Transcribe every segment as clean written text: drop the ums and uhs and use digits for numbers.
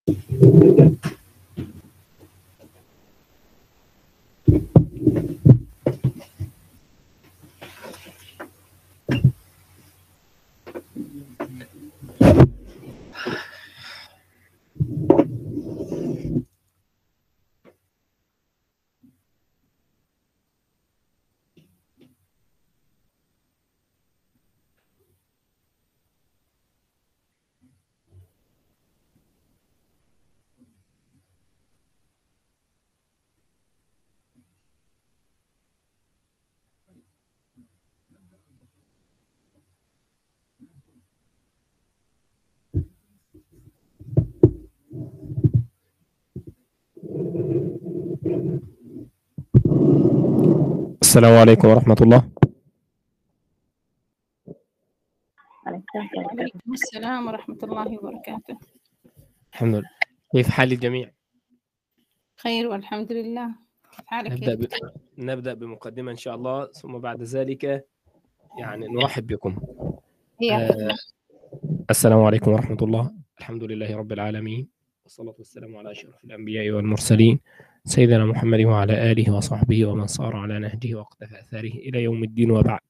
السلام عليكم ورحمة الله. وعليكم السلام ورحمة الله وبركاته. الحمد لله. كيف حال الجميع؟ خير والحمد لله. كيف حالك؟ نبدأ بمقدمة إن شاء الله، ثم بعد ذلك يعني نرحب بكم. السلام عليكم ورحمة الله. الحمد لله رب العالمين، والصلاة والسلام على أشرف الأنبياء والمرسلين سيدنا محمد وعلى آله وصحبه ومن صار على نهجه واقتفى أثاره إلى يوم الدين، وبعد.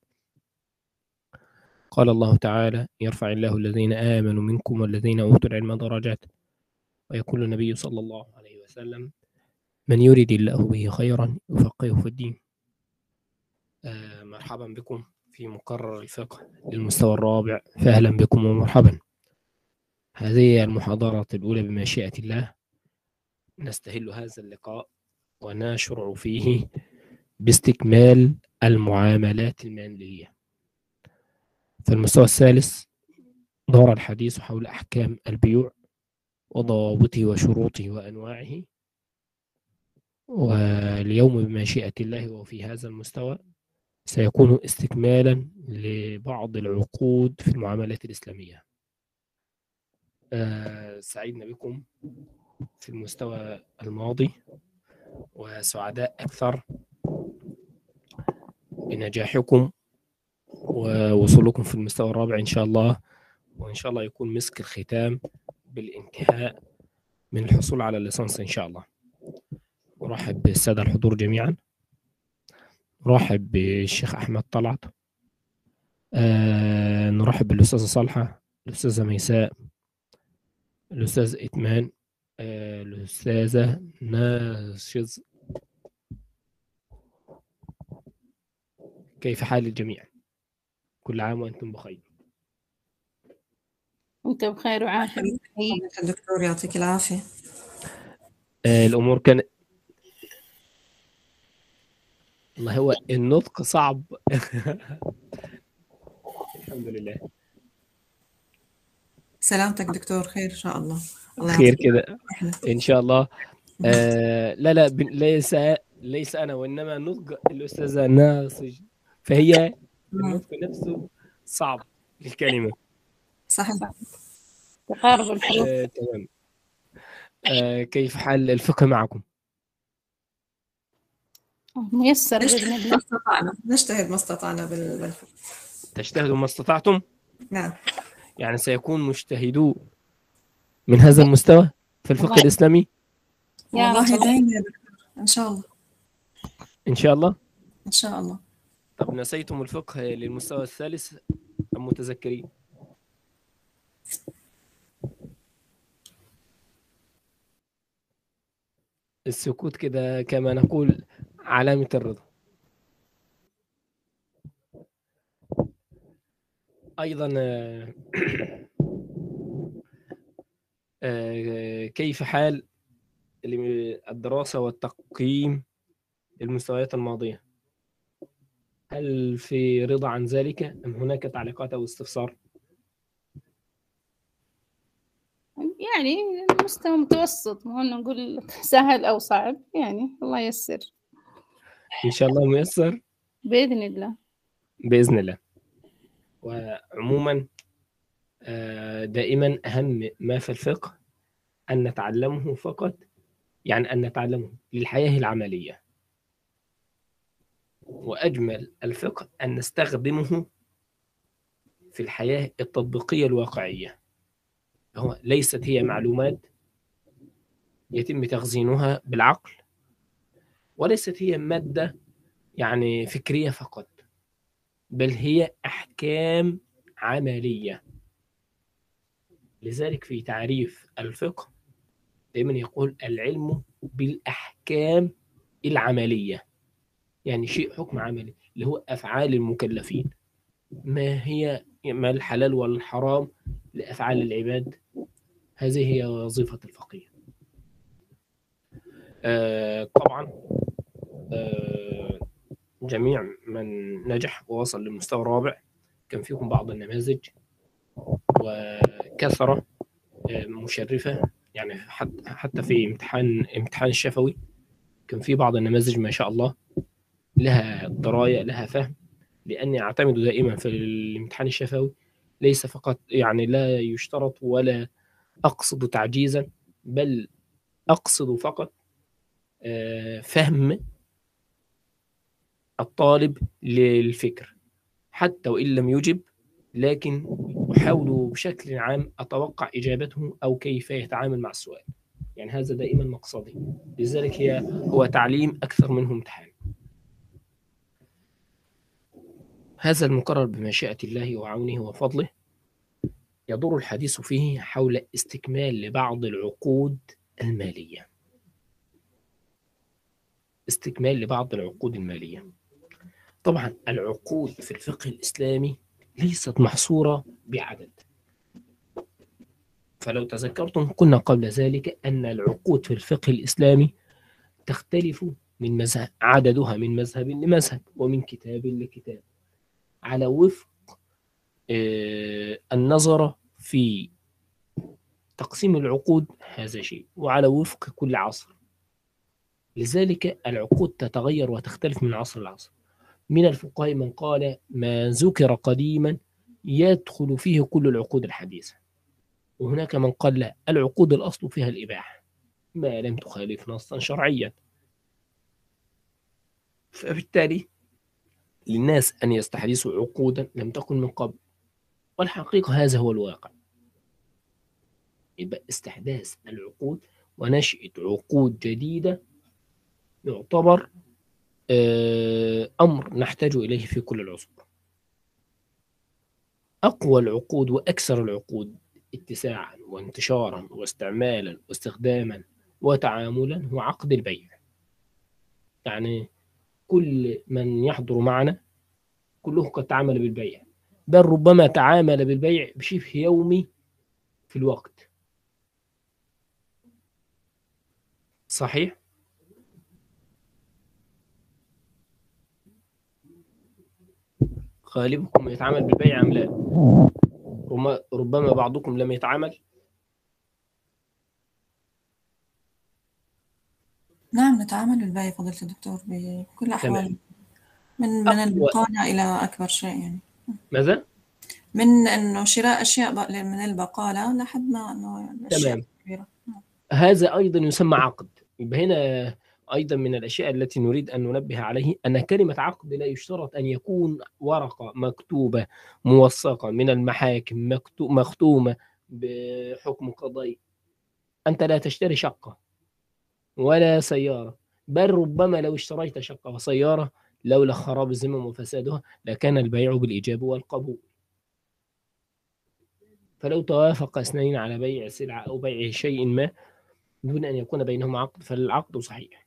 قال الله تعالى: يرفع الله الذين آمنوا منكم والذين أوتوا العلم درجات، ويقول النبي صلى الله عليه وسلم: من يريد الله به خيرا يفقهه في الدين. مرحبا بكم في مقرر الفقه للمستوى الرابع، فأهلا بكم ومرحبا. هذه المحاضرة الأولى بمشيئة الله، نستهل هذا اللقاء ونشرع فيه باستكمال المعاملات المالية. في المستوى الثالث دار الحديث حول أحكام البيوع وضوابطه وشروطه وأنواعه، واليوم بمشيئة الله وفي هذا المستوى سيكون استكمالا لبعض العقود في المعاملات الإسلامية. سعدنا بكم في المستوى الماضي، وسعداء أكثر بنجاحكم ووصولكم في المستوى الرابع إن شاء الله، وإن شاء الله يكون مسك الختام بالانتهاء من الحصول على الليسانس إن شاء الله. أرحب بالسادة الحضور جميعا. نرحب بالشيخ أحمد طلعت، نرحب بالأستاذة صالحة، الأستاذة ميساء، الأستاذ إتمان، الأستاذة ناشز. كيف حال الجميع؟ كل عام وأنتم بخير. أنت بخير وعافية. الدكتور يعطيك العافية. الأمور كانت والله هو النطق صعب. الحمد لله. سلامتك دكتور، خير إن شاء الله. خير كده إن شاء الله. لا ليس أنا، وإنما نطق الأستاذة ناصج، فهي النطق نفسه صعب للكلمة. صحيح. تقارب الحروف. تمام. كيف حال الفقه معكم؟ ميسر بإذن الله. نجتهد ما استطعنا بالفقه. تجتهدوا ما استطعتم؟ نعم. يعني سيكون مجتهدون من هذا المستوى في الفقه الإسلامي؟ والله دايما يا دكتور، إن شاء الله. إن شاء الله؟ إن شاء الله. طب نسيتم الفقه للمستوى الثالث أم متذكرين؟ السكوت كده كما نقول علامة الرضا. أيضا كيف حال الدراسة والتقييم للمستويات الماضية؟ هل في رضا عن ذلك أم هناك تعليقات أو استفسار؟ يعني مستوى متوسط، مو نقول سهل أو صعب، يعني الله ييسر إن شاء الله ميسر بإذن الله. بإذن الله. وعموما دائما أهم ما في الفقه أن نتعلمه فقط، يعني أن نتعلمه للحياة العملية، وأجمل الفقه أن نستخدمه في الحياة التطبيقية الواقعية. ليست هي معلومات يتم تخزينها بالعقل، وليست هي مادة يعني فكرية فقط، بل هي أحكام عملية. لذلك في تعريف الفقه دائما يقول العلم بالأحكام العملية، يعني شيء حكم عملي اللي هو أفعال المكلفين، ما الحلال والحرام لأفعال العباد. هذه هي وظيفة الفقيه. طبعا جميع من نجح ووصل للمستوى الرابع كان فيكم بعض النماذج وكثرة مشرفة، يعني حتى في امتحان الشفوي كان في بعض النماذج ما شاء الله لها دراية لها فهم، لأني أعتمد دائما في الامتحان الشفوي ليس فقط يعني لا يشترط ولا أقصد تعجيزا، بل أقصد فقط فهم الطالب للفكر حتى وإن لم يجب، لكن أحاول بشكل عام أتوقع إجابته أو كيف يتعامل مع السؤال. يعني هذا دائما مقصدي، لذلك هو تعليم أكثر منه امتحان. هذا المقرر بمشيئة الله وعونه وفضله يدور الحديث فيه حول استكمال لبعض العقود المالية. استكمال لبعض العقود المالية. طبعا العقود في الفقه الإسلامي ليست محصورة بعدد، فلو تذكرتم قلنا قبل ذلك أن العقود في الفقه الإسلامي تختلف من مذهب، عددها من مذهب لمذهب ومن كتاب لكتاب، على وفق النظر في تقسيم العقود، هذا شيء، وعلى وفق كل عصر. لذلك العقود تتغير وتختلف من عصر لعصر. من الفقهاء من قال ما ذكر قديما يدخل فيه كل العقود الحديثة، وهناك من قال لا، العقود الأصل فيها الإباحة ما لم تخالف نصا شرعيا. فبالتالي للناس أن يستحدثوا عقودا لم تكن من قبل، والحقيقة هذا هو الواقع. يبقى استحداث العقود ونشأة عقود جديدة يعتبر أمر نحتاج إليه في كل العصور. أقوى العقود وأكثر العقود اتساعا وانتشارا واستعمالا واستخداما وتعاملا هو عقد البيع. يعني كل من يحضر معنا كله قد تعامل بالبيع، بل ربما تعامل بالبيع بشبه يومي في الوقت. صحيح؟ غالبكم يتعامل بالبيع أم لا؟ ربما بعضكم لم يتعامل. نعم نتعامل بالبيع فضيلة الدكتور بكل الأحوال، من أقوى البقالة إلى أكبر شيء يعني. ماذا؟ من إنه شراء أشياء من البقالة لحد ما إنه الأشياء تمام. كبيرة. هذا أيضا يسمى عقد. يبقى هنا أيضا من الأشياء التي نريد أن ننبه عليه أن كلمة عقد لا يشترط أن يكون ورقة مكتوبة موثقة من المحاكم مختومة بحكم قضائي. أنت لا تشتري شقة ولا سيارة، بل ربما لو اشتريت شقة وسيارة لولا خراب الذمم وفسادها لكان البيع بالإيجاب والقبول. فلو توافق اثنين على بيع سلعة أو بيع شيء ما دون أن يكون بينهما عقد فالعقد صحيح.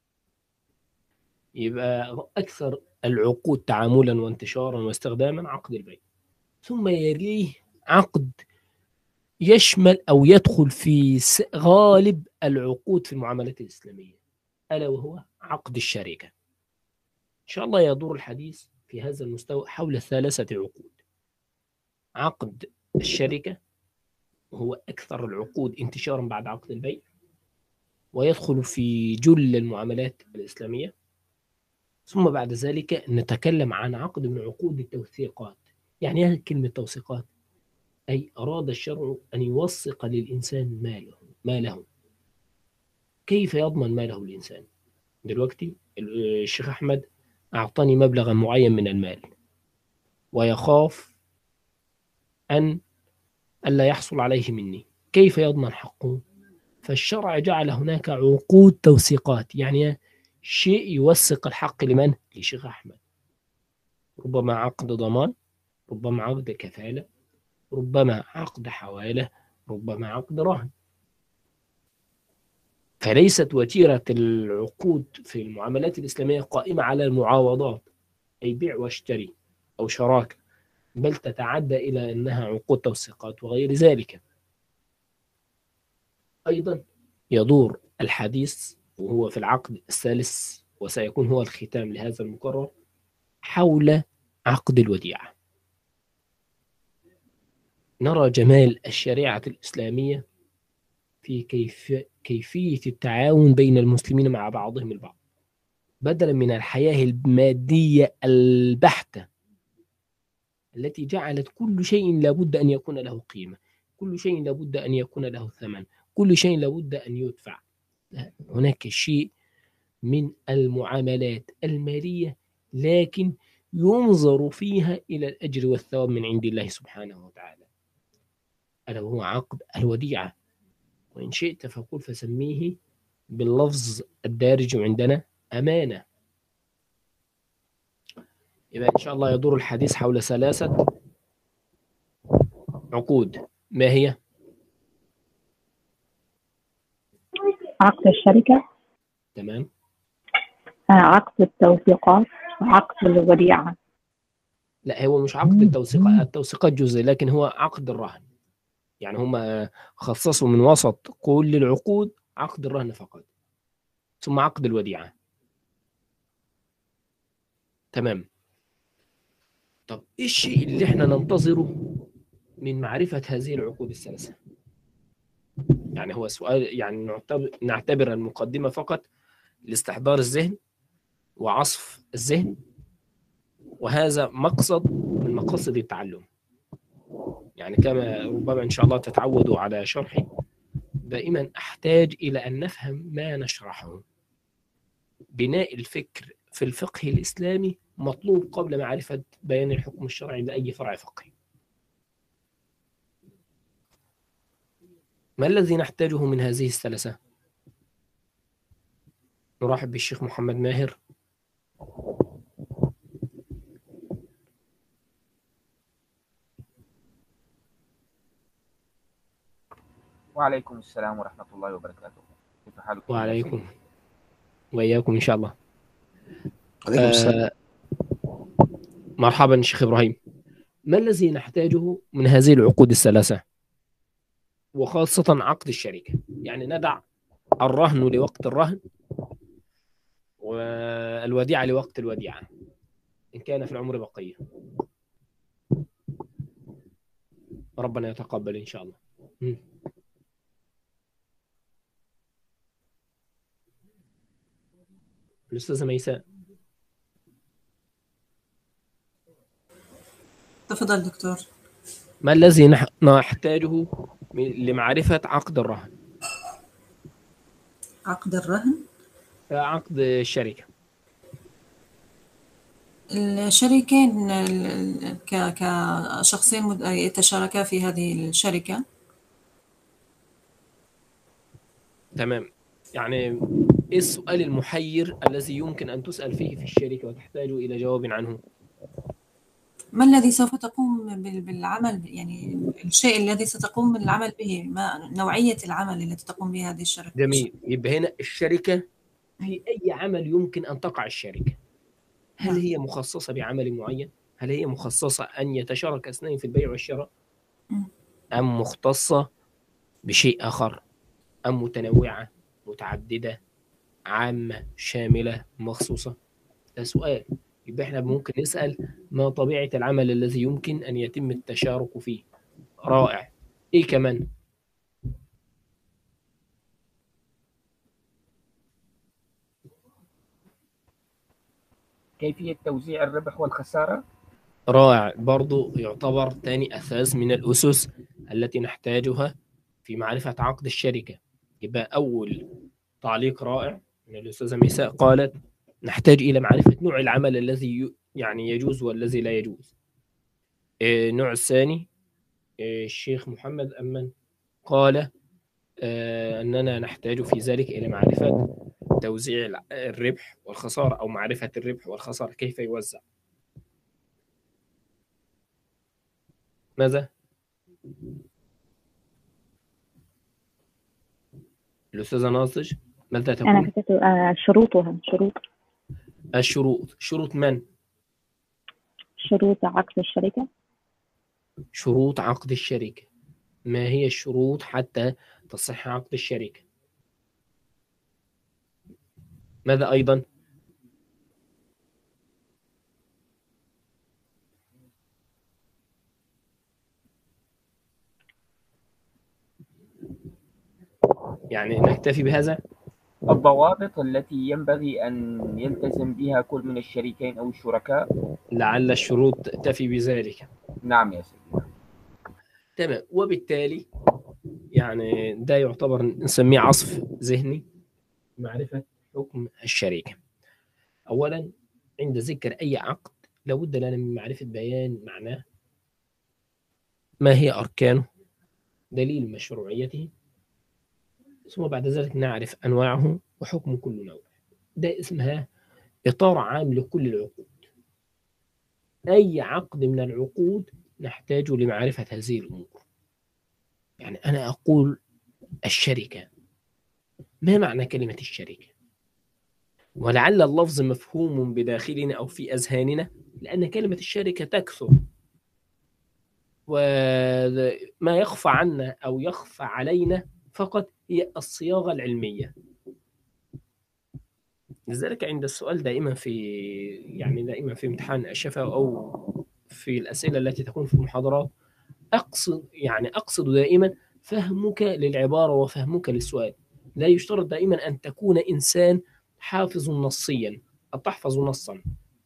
يبقى أكثر العقود تعاملا وانتشارا واستخداما عقد البيع، ثم يليه عقد يشمل أو يدخل في غالب العقود في المعاملات الإسلامية، ألا وهو عقد الشركة. إن شاء الله يدور الحديث في هذا المستوى حول 3 عقود. عقد الشركة وهو أكثر العقود انتشارا بعد عقد البيع، ويدخل في جل المعاملات الإسلامية. ثم بعد ذلك نتكلم عن عقد من عقود التوثيقات. يعني ايه كلمة توثيقات؟ أي أراد الشرع أن يوثق للإنسان ماله. كيف يضمن ماله الإنسان؟ دلوقتي الشيخ أحمد أعطاني مبلغا معين من المال ويخاف أن ألا يحصل عليه مني، كيف يضمن حقه؟ فالشرع جعل هناك عقود توثيقات، يعني شيء يوثق الحق لمن؟ لشيخ أحمد. ربما عقد ضمان، ربما عقد كفالة، ربما عقد حوالة، ربما عقد رهن. فليست وتيرة العقود في المعاملات الإسلامية قائمة على المعاوضات، أي بيع واشتري أو شراكة، بل تتعدى إلى أنها عقود توثيقات وغير ذلك. أيضا يدور الحديث، وهو في العقد الثالث وسيكون هو الختام لهذا المقرر، حول عقد الوديعة. نرى جمال الشريعة الإسلامية في كيفية التعاون بين المسلمين مع بعضهم البعض، بدلا من الحياة المادية البحتة التي جعلت كل شيء لابد أن يكون له قيمة، كل شيء لابد أن يكون له ثمن، كل شيء لابد أن يدفع. هناك شيء من المعاملات المالية لكن ينظر فيها إلى الأجر والثواب من عند الله سبحانه وتعالى، ألا هو عقد الوديعة. وإن شئت فقل فسميه باللفظ الدارج عندنا أمانة. إذا إن شاء الله يدور الحديث حول 3 عقود. ما هي؟ عقد الشركة، تمام. عقد التوثيقات، وعقد الوديعة. لا، هو مش عقد التوثيقات، التوثيقات جزء، لكن هو عقد الرهن. يعني هم خصصوا من وسط كل العقود عقد الرهن فقط، ثم عقد الوديعة. تمام. طب إيه الشيء اللي احنا ننتظره من معرفة هذه العقود الثلاثة؟ يعني هو سؤال، يعني نعتبر المقدمة فقط لاستحضار الذهن وعصف الذهن، وهذا مقصد من مقاصد التعلم. يعني كما ربما إن شاء الله تتعودوا على شرحي، دائما أحتاج إلى أن نفهم ما نشرحه. بناء الفكر في الفقه الإسلامي مطلوب قبل معرفة بيان الحكم الشرعي لأي فرع فقهي. ما الذي نحتاجه من هذه الثلاثة؟ نرحب بالشيخ محمد ماهر. وعليكم السلام ورحمة الله وبركاته. كيف حالكم؟ وعليكم وإياكم إن شاء الله. عليكم السلام. مرحبا شيخ إبراهيم. ما الذي نحتاجه من هذه العقود الثلاثة، وخاصة عقد الشركة؟ يعني ندع الرهن لوقت الرهن، والوديعة لوقت الوديعة إن كان في العمر بقية. ربنا يتقبل إن شاء الله. الأستاذة ميساء. تفضل دكتور. ما الذي نحتاجه لمعرفة عقد الرهن؟ عقد الرهن، عقد الشركة. الشريكين كشخصين يتشاركا في هذه الشركة. تمام. يعني إيه السؤال المحير الذي يمكن أن تسأل فيه في الشركة وتحتاج إلى جواب عنه؟ ما الذي سوف تقوم بالعمل، يعني الشيء الذي ستقوم بالعمل به، ما نوعية العمل التي تقوم به هذه الشركة؟ جميل. يبقى هنا الشركة، في أي عمل يمكن أن تقع الشركة؟ هل هي مخصصة بعمل معين؟ هل هي مخصصة أن يتشارك اثنين في البيع والشراء؟ أم مختصة بشيء آخر؟ أم متنوعة متعددة عامة شاملة مخصوصة؟ ده سؤال. يبقى احنا ممكن نسأل ما طبيعة العمل الذي يمكن أن يتم التشارك فيه. رائع. إيه كمان؟ كيفية توزيع الربح والخسارة. رائع، برضو يعتبر ثاني أساس من الأسس التي نحتاجها في معرفة عقد الشركة. يبقى أول تعليق رائع من الأستاذة ميساء، قالت نحتاج إلى معرفة نوع العمل الذي يعني يجوز والذي لا يجوز. النوع الثاني الشيخ محمد أمن قال أننا نحتاج في ذلك إلى معرفة توزيع الربح والخسارة، أو معرفة الربح والخسارة كيف يوزع. ماذا؟ الأستاذة ناصج ماذا أنا تقول؟ كتبت شروطها. الشروط. شروط من؟ شروط عقد الشركة. شروط عقد الشركة. ما هي الشروط حتى تصح عقد الشركة؟ ماذا أيضا؟ يعني نكتفي بهذا؟ الضوابط التي ينبغي أن يلتزم بها كل من الشريكين أو الشركاء. لعل الشروط تفي بذلك. نعم يا سيدي. تمام. وبالتالي يعني ده يعتبر نسميه عصف ذهني، معرفة حكم الشركة. أولا عند ذكر أي عقد لابد لنا من معرفة بيان معناه، ما هي أركانه، دليل مشروعيته، ثم بعد ذلك نعرف أنواعه وحكم كل نوع. ده اسمها إطار عام لكل العقود. أي عقد من العقود نحتاج لمعرفة هذه الأمور. يعني أنا أقول الشركة، ما معنى كلمة الشركة؟ ولعل اللفظ مفهوم بداخلنا أو في أذهاننا، لأن كلمة الشركة تكثر، وما يخفى عنا أو يخفى علينا فقط هي الصياغة العلمية. لذلك عند السؤال دائما في امتحان الشفوي أو في الأسئلة التي تكون في المحاضرات، أقصد دائما فهمك للعبارة وفهمك للسؤال. لا يشترط دائما أن تكون إنسان حافظ نصيا أو تحفظ نصا.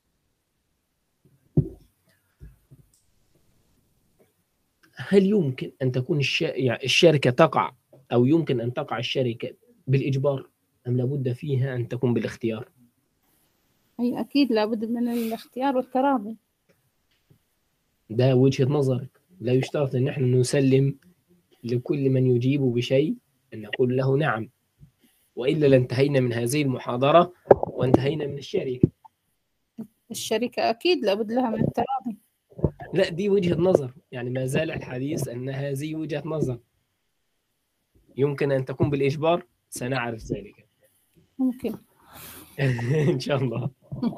هل يمكن أن تكون الشركة تقع، أو يمكن أن تقع الشركة بالإجبار، أم لابد فيها أن تكون بالاختيار؟ أي أكيد لابد من الاختيار والتراضي. ده وجهة نظرك. لا يشترط أن نحن نسلم لكل من يجيب بشيء أن نقول له نعم، وإلا لانتهينا من هذه المحاضرة وانتهينا من الشركة. الشركة أكيد لابد لها من التراضي. لا، دي وجهة نظر، يعني ما زال الحديث أن هذه وجهة نظر. يمكن أن تكون بالإجبار، سنعرف ذلك ممكن. إن شاء الله.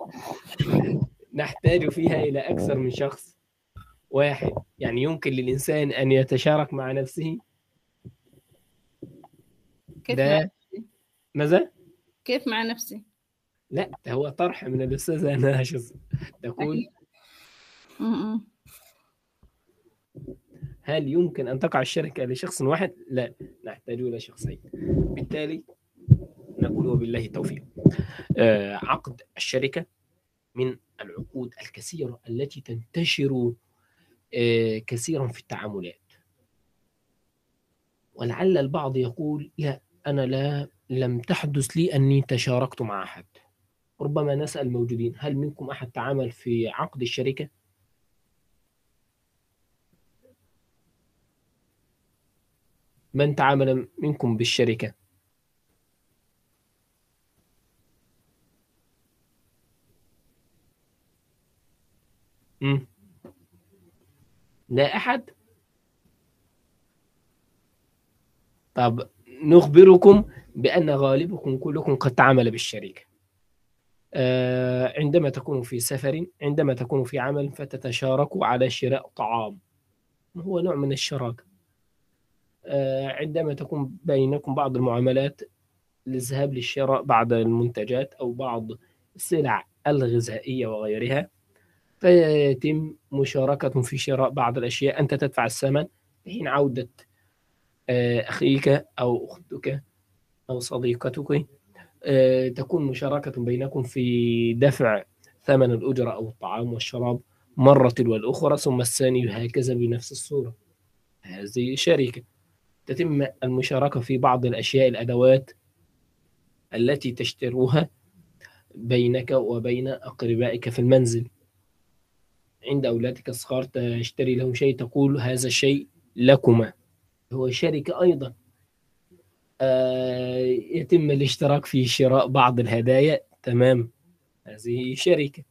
نحتاج فيها إلى أكثر من شخص واحد، يعني يمكن للإنسان أن يتشارك مع نفسه. كيف ده مع نفسي؟ ماذا؟ كيف مع نفسي؟ لا، ده هو طرح من الأستاذة ناشز تقول: م-م. هل يمكن أن تقع الشركة لشخص واحد؟ لا، نحتاج إلى شخصين. بالتالي نقول وبالله التوفيق. عقد الشركة من العقود الكثيرة التي تنتشر كثيرا في التعاملات. ولعل البعض يقول: لا، أنا لم تحدث لي أني تشاركت مع أحد. ربما نسأل موجودين: هل منكم أحد تعامل في عقد الشركة؟ من تعامل منكم بالشركة؟ لا أحد؟ طب نخبركم بأن غالبكم كلكم قد تعامل بالشركة. عندما تكون في سفر، عندما تكون في عمل، فتتشاركوا على شراء طعام، هو نوع من الشراكة. عندما تكون بينكم بعض المعاملات للذهاب للشراء بعض المنتجات أو بعض السلع الغذائية وغيرها، فيتم مشاركة في شراء بعض الأشياء. أنت تدفع الثمن، حين عودة أخيك أو أختك أو صديقتك تكون مشاركة بينكم في دفع ثمن الأجرة أو الطعام والشراب مرة والأخرى، ثم الثاني هكذا بنفس الصورة. هذه شركة. تتم المشاركة في بعض الأشياء، الأدوات التي تشتروها بينك وبين أقربائك في المنزل. عند أولادك الصغار تشتري لهم شيء، تقول: هذا الشيء لكما، هو شركة أيضا. يتم الاشتراك في شراء بعض الهدايا، تمام، هذه شركة.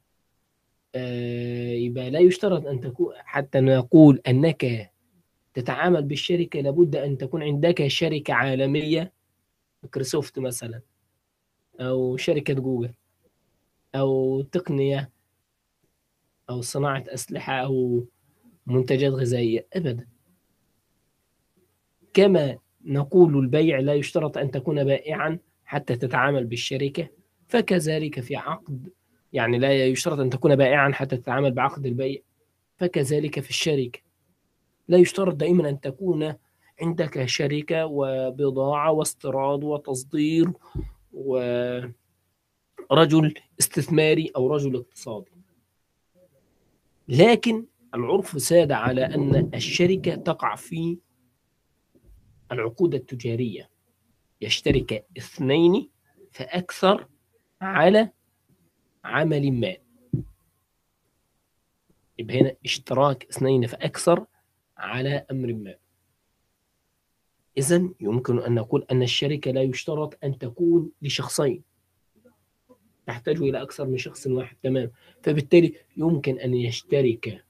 يبقى لا يشترط أن تكون، حتى نقول أنك تتعامل بالشركة لابد أن تكون عندك شركة عالمية، مايكروسوفت مثلا، أو شركة جوجل، أو تقنية، أو صناعة أسلحة، أو منتجات غذائية، أبدا. كما نقول البيع لا يشترط أن تكون بائعا حتى تتعامل بالشركة، فكذلك في عقد، يعني لا يشترط أن تكون بائعا حتى تتعامل بعقد البيع، فكذلك في الشركة لا يشترط دائما أن تكون عندك شركة وبضاعة واستيراد وتصدير ورجل استثماري أو رجل اقتصادي. لكن العرف ساد على أن الشركة تقع في العقود التجارية، يشترك اثنين فأكثر على عمل ما. يبقى هنا اشتراك اثنين فأكثر على أمر ما. إذن يمكن أن نقول أن الشركة لا يشترط أن تكون لشخصين، تحتاج إلى أكثر من شخص واحد، تمام. فبالتالي يمكن أن يشترك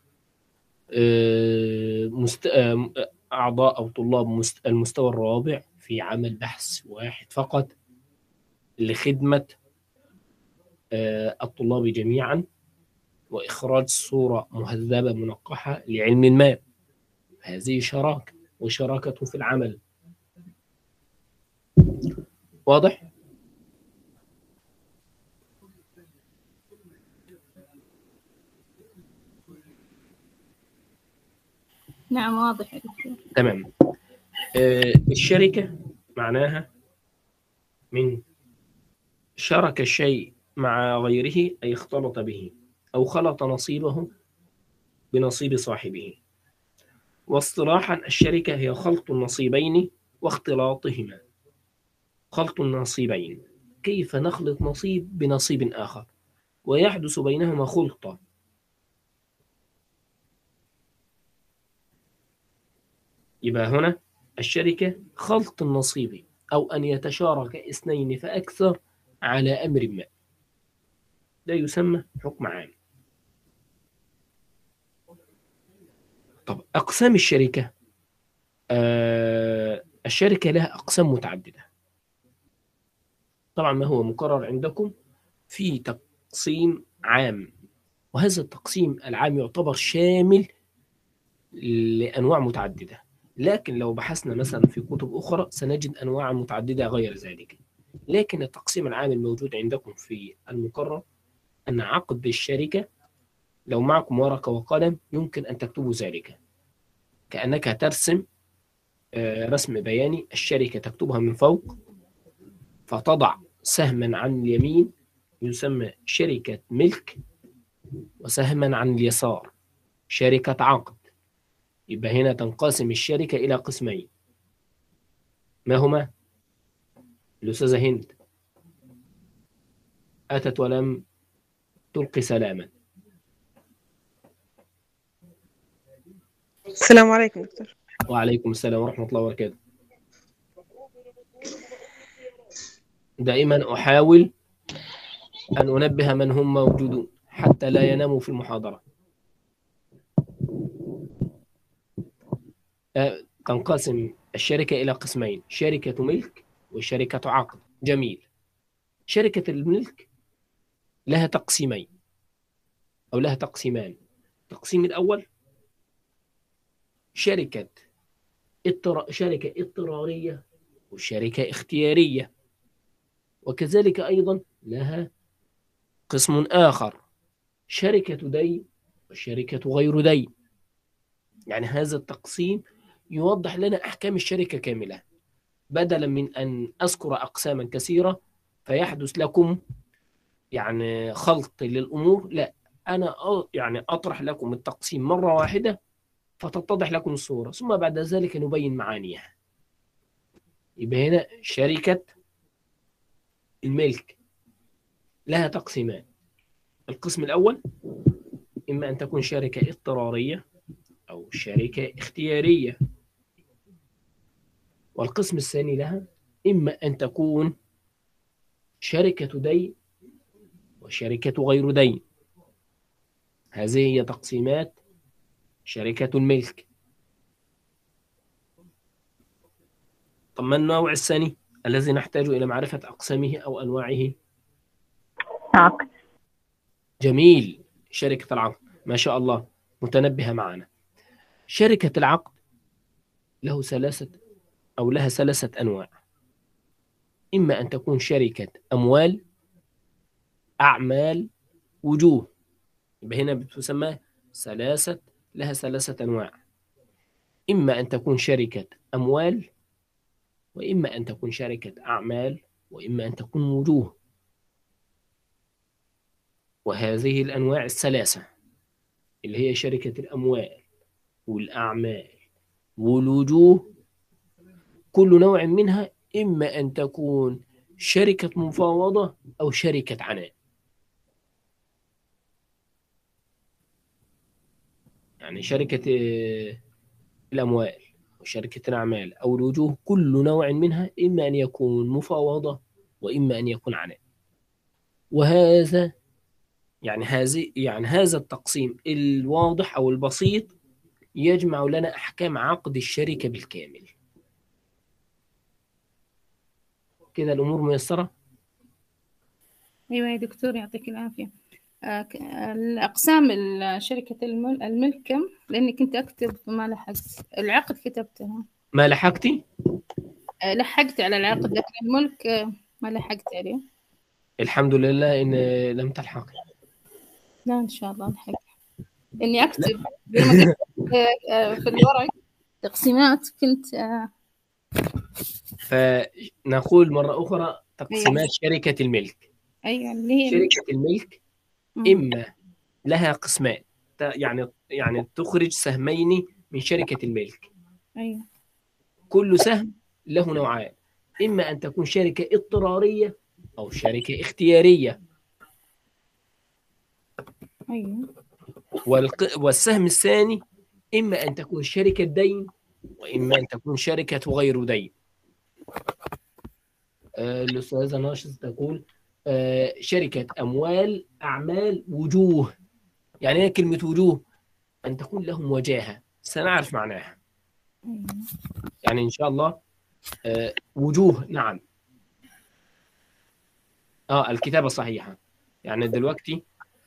أعضاء أو طلاب المستوى الرابع في عمل بحث واحد فقط لخدمة الطلاب جميعا، وإخراج صورة مهذبة منقحة لعلم ما. هذه شراكة، وشراكة في العمل. واضح؟ نعم واضح يا دكتور. تمام. الشركة معناها من شارك الشيء مع غيره، أي اختلط به أو خلط نصيبه بنصيب صاحبه. واصطلاحا الشركة هي خلط النصيبين واختلاطهما. خلط النصيبين، كيف نخلط نصيب بنصيب آخر ويحدث بينهما خلطة. يبقى هنا الشركة خلط النصيب، أو أن يتشارك اثنين فأكثر على أمر ما، ده يسمى حكم عام. طب أقسام الشركة، الشركة لها أقسام متعددة. طبعا ما هو مقرر عندكم في تقسيم عام، وهذا التقسيم العام يعتبر شامل لأنواع متعددة. لكن لو بحثنا مثلا في كتب أخرى سنجد أنواع متعددة غير ذلك. لكن التقسيم العام الموجود عندكم في المقرر أن عقد الشركة، لو معكم ورقة وقلم يمكن أن تكتبوا ذلك، كأنك ترسم رسم بياني. الشركة تكتبها من فوق، فتضع سهما عن اليمين يسمى شركة ملك، وسهما عن اليسار شركة عقد. يبقى هنا تنقسم الشركة إلى قسمين، ما هما؟ الأستاذة هند أتت ولم تلقي سلاما. السلام عليكم دكتور. وعليكم السلام ورحمة الله وبركاته. دائما أحاول أن أنبه من هم موجودون حتى لا يناموا في المحاضرة. تنقسم الشركة إلى قسمين، شركة ملك وشركة عقد. جميل. شركة الملك لها تقسيمين أو لها تقسيمان. التقسيم الأول شركة اضطرارية وشركة اختيارية، وكذلك أيضا لها قسم آخر شركة دين وشركة غير دين. يعني هذا التقسيم يوضح لنا أحكام الشركة كاملة، بدلا من أن أذكر أقساما كثيرة فيحدث لكم يعني خلط للأمور. لا، أنا يعني أطرح لكم التقسيم مرة واحدة فتتضح لكم الصورة، ثم بعد ذلك نبين معانيها. يبقى هنا شركة الملك لها تقسيمان. القسم الأول إما أن تكون شركة اضطرارية أو شركة اختيارية. والقسم الثاني لها إما أن تكون شركة دين وشركة غير دين. هذه هي تقسيمات شركة الملك. طب ما النوع الثاني الذي نحتاج إلى معرفة أقسامه أو أنواعه؟ عقد. جميل، شركة العقد، ما شاء الله متنبهة معنا. شركة العقد لها ثلاثة أنواع. إما أن تكون شركة أموال، أعمال، وجوه. يبقى هنا بتسمى لها ثلاثة أنواع. إما أن تكون شركة أموال، وإما أن تكون شركة أعمال، وإما أن تكون وجوه. وهذه الأنواع الثلاثة اللي هي شركة الأموال والأعمال والوجوه، كل نوع منها إما أن تكون شركة مفاوضة أو شركة عناء. يعني شركة الأموال وشركة الأعمال أو الوجوه، كل نوع منها إما أن يكون مفاوضة وإما أن يكون عناء. وهذا يعني هذا التقسيم الواضح أو البسيط يجمع لنا أحكام عقد الشركة بالكامل. كده الأمور ميسرة؟ أيوة يا دكتور يعطيك العافية. الأقسام شركة الملك كم؟ لأني كنت أكتب ما لحقت. العقد كتبتها. ما لحقتي؟ لحقت على العقد، لكن الملك ما لحقت عليه. الحمد لله إن لم تلحق. لا إن شاء الله لحق. إني أكتب زي ما قلت في الورق تقسيمات كنت. فنقول مرة أخرى تقسيمات شركة الملك. أيوة اللي هي شركة الملك إما لها قسمان، يعني تخرج سهمين من شركة الملك. أيوة. كل سهم له نوعان، إما أن تكون شركة اضطرارية أو شركة اختيارية. أيوة. والسهم الثاني إما أن تكون شركة دين وإما أن تكون شركة غير دين. الأستاذة ناشز تقول شركة أموال، أعمال، وجوه. يعني هي كلمة وجوه أن تكون لهم وجاهة، سنعرف معناها. يعني إن شاء الله وجوه. نعم، الكتابة صحيحة. يعني دلوقتي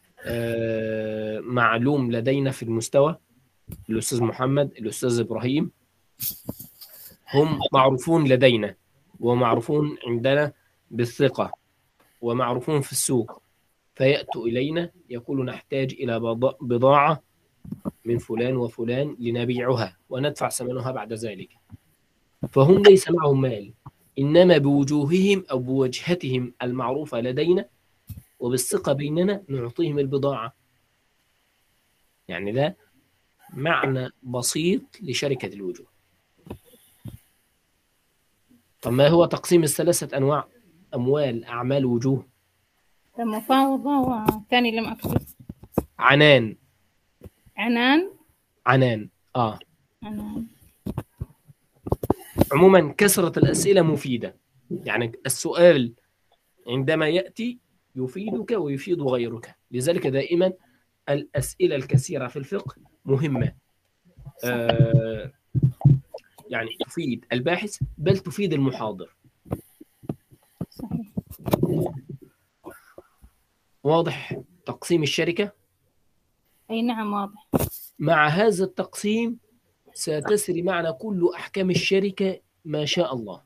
معلوم لدينا في المستوى الأستاذ محمد، الأستاذ إبراهيم، هم معروفون لدينا ومعروفون عندنا بالثقة ومعروفون في السوق، فيأتوا إلينا يقولوا نحتاج إلى بضاعة من فلان وفلان لنبيعها وندفع ثمنها بعد ذلك. فهم ليس معهم مال، إنما بوجوههم أو بوجهتهم المعروفة لدينا وبالثقة بيننا نعطيهم البضاعة. يعني ده معنى بسيط لشركة الوجوه. طب ما هو تقسيم الثلاثة أنواع؟ أموال، أعمال، وجوه. مفاوضة وثاني لم أكتب. عنان. عنان. عنان. عنان. عموما كثرة الأسئلة مفيدة. يعني السؤال عندما يأتي يفيدك ويفيد غيرك، لذلك دائما الأسئلة الكثيرة في الفقه مهمة. يعني تفيد الباحث بل تفيد المحاضر. صحيح. واضح تقسيم الشركة؟ أي نعم واضح. مع هذا التقسيم ستسري معنا كل أحكام الشركة ما شاء الله.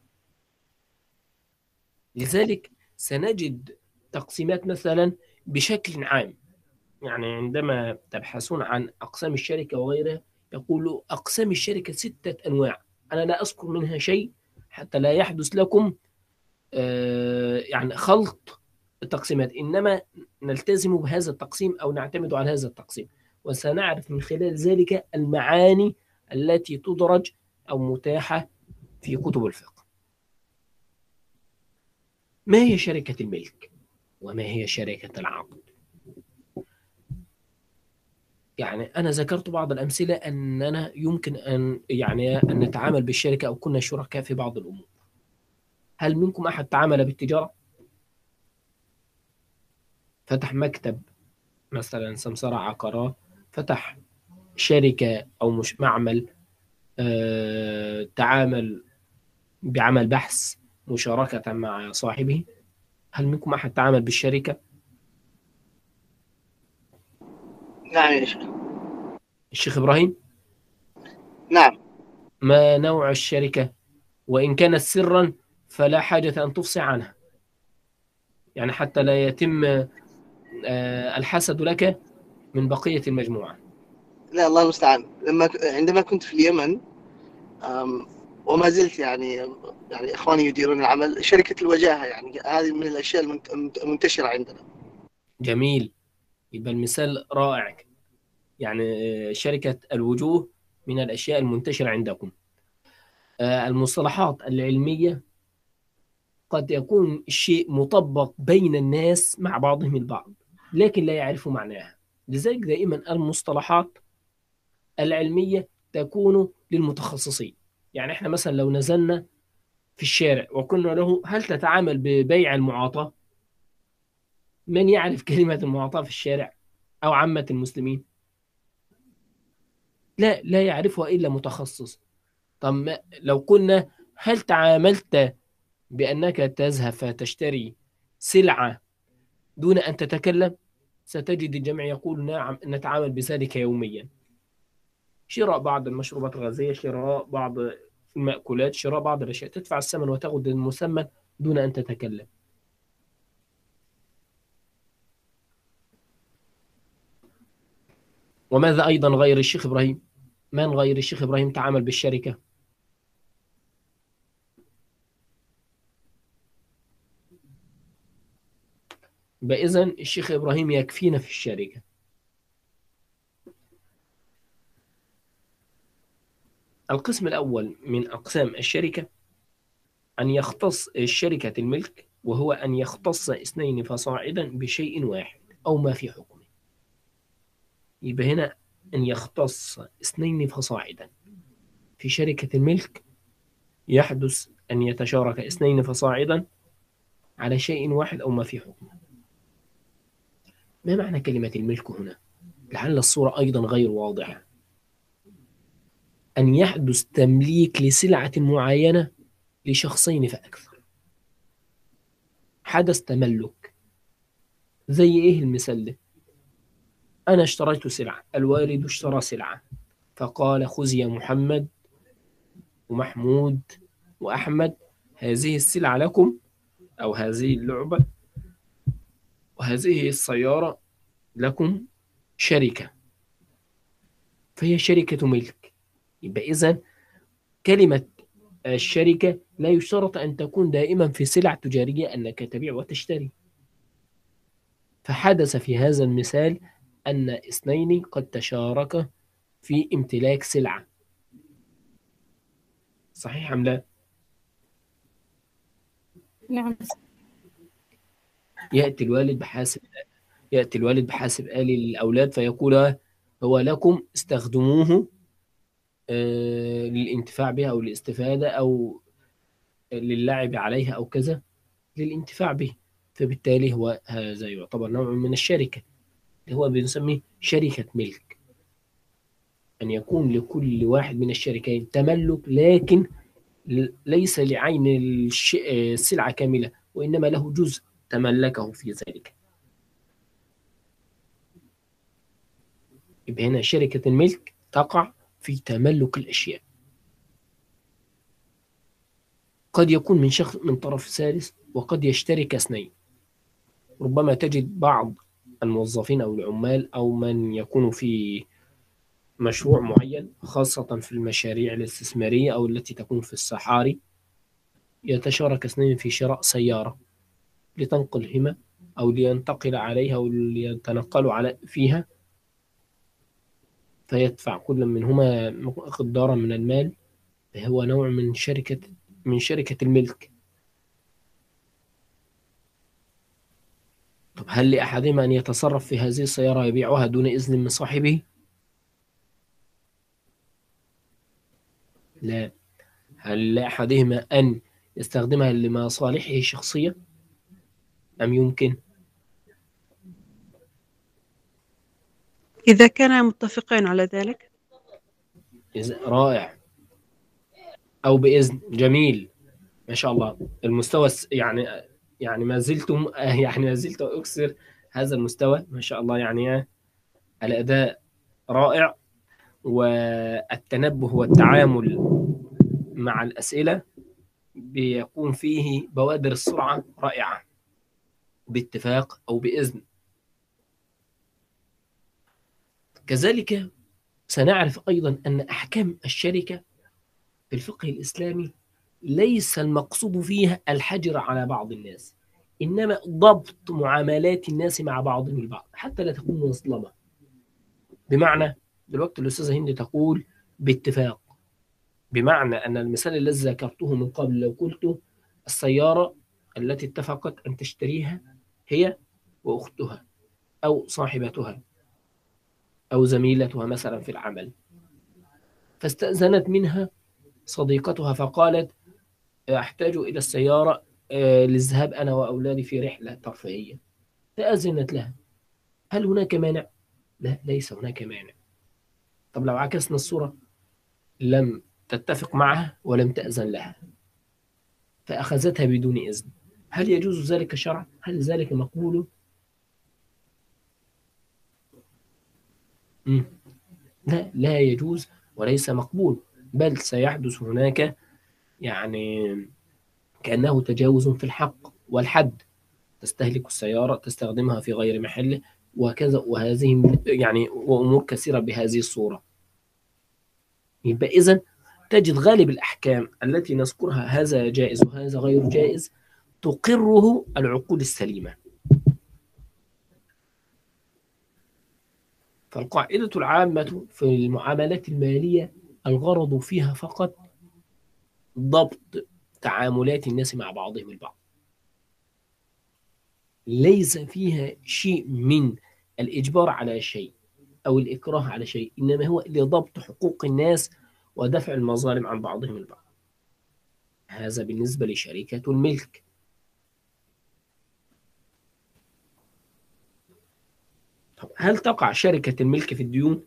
لذلك سنجد تقسيمات مثلا بشكل عام. يعني عندما تبحثون عن أقسام الشركة وغيرها يقولوا أقسام الشركة 6 أنواع. أنا لا أذكر منها شيء حتى لا يحدث لكم يعني خلط التقسيمات، إنما نلتزم بهذا التقسيم أو نعتمد على هذا التقسيم، وسنعرف من خلال ذلك المعاني التي تدرج أو متاحة في كتب الفقه. ما هي شركة الملك؟ وما هي شركة العقد؟ يعني أنا ذكرت بعض الأمثلة أننا يمكن أن نتعامل بالشركة أو كنا شركاء في بعض الأمور. هل منكم أحد تعامل بالتجارة؟ فتح مكتب مثلا سمسرة عقارات، فتح شركة أو مش معمل، تعامل بعمل بحث مشاركة مع صاحبه. هل منكم أحد تعامل بالشركة؟ نعم يا شيخ. الشيخ إبراهيم، نعم. ما نوع الشركة؟ وإن كانت سرا فلا حاجة أن تفصح عنها، يعني حتى لا يتم الحسد لك من بقية المجموعة. لا، الله المستعان. عندما كنت في اليمن، وما زلت يعني إخواني يديرون العمل، شركة الوجاهة، يعني هذه من الأشياء المنتشرة عندنا. جميل، يبقى المثال رائع. يعني شركة الوجوه من الأشياء المنتشرة عندكم. المصطلحات العلمية قد يكون الشيء مطبق بين الناس مع بعضهم البعض لكن لا يعرفوا معناها. لذلك دائما المصطلحات العلمية تكون للمتخصصين. يعني احنا مثلا لو نزلنا في الشارع وقلنا له هل تتعامل ببيع المعاطاة؟ من يعرف كلمة المعاطاة في الشارع أو عامة المسلمين؟ لا يعرفها إلا متخصص. طب لو قلنا هل تعاملت بأنك تذهب فتشتري سلعة دون أن تتكلم؟ ستجد الجميع يقول نعم نتعامل بذلك يوميا. شراء بعض المشروبات الغازية، شراء بعض المأكولات، شراء بعض الأشياء، تدفع الثمن وتأخذ المثمن دون أن تتكلم. وماذا أيضا غير الشيخ إبراهيم؟ من غير الشيخ إبراهيم تعامل بالشركة؟ إذن الشيخ إبراهيم يكفينا في الشركة. القسم الأول من أقسام الشركة أن يختص الشركة الملك، وهو أن يختص اثنين فصاعدا بشيء واحد أو ما في حكمه. يبقى هنا أن يختص اثنين فصاعدا في شركة الملك، يحدث أن يتشارك اثنين فصاعدا على شيء واحد أو ما في حكمه. ما معنى كلمة الملك هنا؟ لعل الصورة أيضا غير واضحة. أن يحدث تمليك لسلعة معينة لشخصين فأكثر. حدث تملك. زي إيه المثال ده؟ أنا اشتريت سلعة، الوالد اشترى سلعة فقال خذ يا محمد ومحمود وأحمد هذه السلعة لكم، أو هذه اللعبة وهذه السيارة لكم شركة، فهي شركة ملك. يبقى إذن كلمة الشركة لا يشترط أن تكون دائما في سلع تجارية أنك تبيع وتشتري. فحدث في هذا المثال أن اثنين قد تشاركا في امتلاك سلعة. صحيح أم لا؟ نعم. يأتي الوالد بحاسب آلي للأولاد فيقول هو لكم استخدموه للانتفاع بها أو للاستفادة أو للعب عليها أو كذا، للانتفاع به. فبالتالي هو هذا يعتبر نوع من الشركة اللي هو بنسميه شركة ملك. أن يكون لكل واحد من الشركين تملك، لكن ليس لعين السلعة كاملة، وإنما له جزء تملكه في ذلك. يبقى هنا شركة الملك تقع في تملك الأشياء. قد يكون من شخص من طرف ثالث، وقد يشترك اثنين. ربما تجد بعض الموظفين أو العمال أو من يكون في مشروع معين، خاصة في المشاريع الاستثمارية أو التي تكون في الصحاري، يتشارك اثنين في شراء سيارة لتنقلهما أو لينتقل عليها أو ليتنقلوا فيها، فيدفع كل منهما مقدارا من المال. هو نوع من شركة الملك. طب هل لأحدهما أن يتصرف في هذه السيارة يبيعها دون إذن من صاحبه؟ لا. هل لأحدهما أن يستخدمها لمصالحه الشخصية أم يمكن؟ إذا كانا متفقين على ذلك. رائع. أو بإذن. جميل، ما شاء الله. المستوى يعني ما زلتم يعني ما زلت أكسر هذا المستوى، ما شاء الله. يعني الأداء رائع، والتنبه والتعامل مع الأسئلة بيكون فيه بوادر السرعة رائعة، باتفاق أو بإذن. كذلك سنعرف أيضا أن أحكام الشركة في الفقه الإسلامي ليس المقصود فيها الحجر على بعض الناس، إنما ضبط معاملات الناس مع بعضهم البعض حتى لا تكون مظلمة. بمعنى دلوقتي الأستاذة هند تقول باتفاق، بمعنى أن المثال الذي ذكرته من قبل لو قلت السيارة التي اتفقت أن تشتريها هي وأختها أو صاحبتها أو زميلتها مثلا في العمل، فاستأذنت منها صديقتها فقالت أحتاج إلى السيارة للذهاب أنا وأولادي في رحلة ترفيهية، فأذنت لها. هل هناك مانع؟ لا، ليس هناك مانع. طب لو عكسنا الصورة، لم تتفق معها ولم تأذن لها فأخذتها بدون إذن، هل يجوز ذلك شرعا؟ هل ذلك مقبول؟ لا، لا يجوز وليس مقبول، بل سيحدث هناك يعني كأنه تجاوز في الحق والحد. تستهلك السيارة، تستخدمها في غير محله، وكذا، وهذه يعني وأمور كثيرة بهذه الصورة. يبقى إذن تجد غالب الأحكام التي نذكرها هذا جائز وهذا غير جائز تقره العقول السليمة. فالقاعدة العامة في المعاملات المالية الغرض فيها فقط ضبط تعاملات الناس مع بعضهم البعض، ليس فيها شيء من الإجبار على شيء أو الإكراه على شيء، إنما هو لضبط حقوق الناس ودفع المظالم عن بعضهم البعض. هذا بالنسبة لشركة الملك. طب هل تقع شركة الملك في الديون؟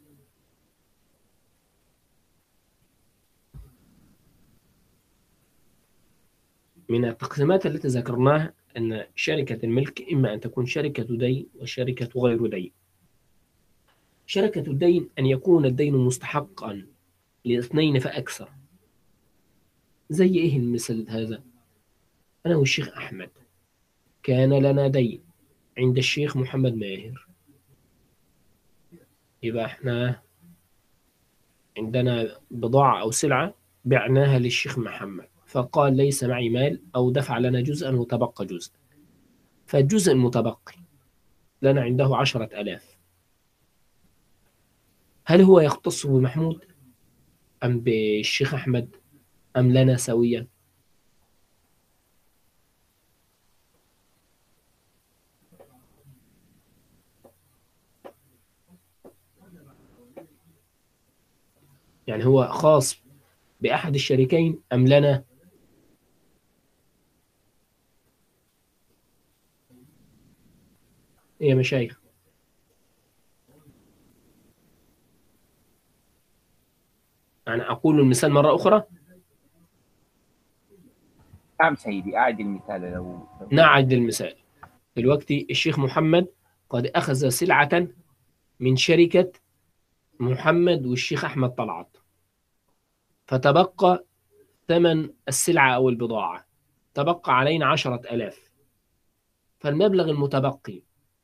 من التقسيمات التي ذكرناها أن شركة الملك إما أن تكون شركة دين وشركة غير دين. شركة الدين أن يكون الدين مستحقا لاثنين فأكثر. زي إيه المثال هذا؟ أنا والشيخ أحمد كان لنا دين عند الشيخ محمد ماهر، يبقى احنا عندنا بضاعة أو سلعة بعناها للشيخ محمد، فقال ليس معي مال أو دفع لنا جزءا وتبقى جزء، فالجزء المتبقي لنا عنده 10,000. هل هو يختص بمحمود أم بالشيخ أحمد أم لنا سويا؟ يعني هو خاص بأحد الشريكين أم لنا؟ يا مشايخ، أنا أقول المثال مرة أخرى. نعم سيدي، أعد المثال لو نعد المثال. دلوقتي الشيخ محمد قد أخذ سلعة من شركة محمد والشيخ أحمد طلعت، فتبقى ثمن السلعة أو البضاعة، تبقى علينا 10,000. فالمبلغ المتبقي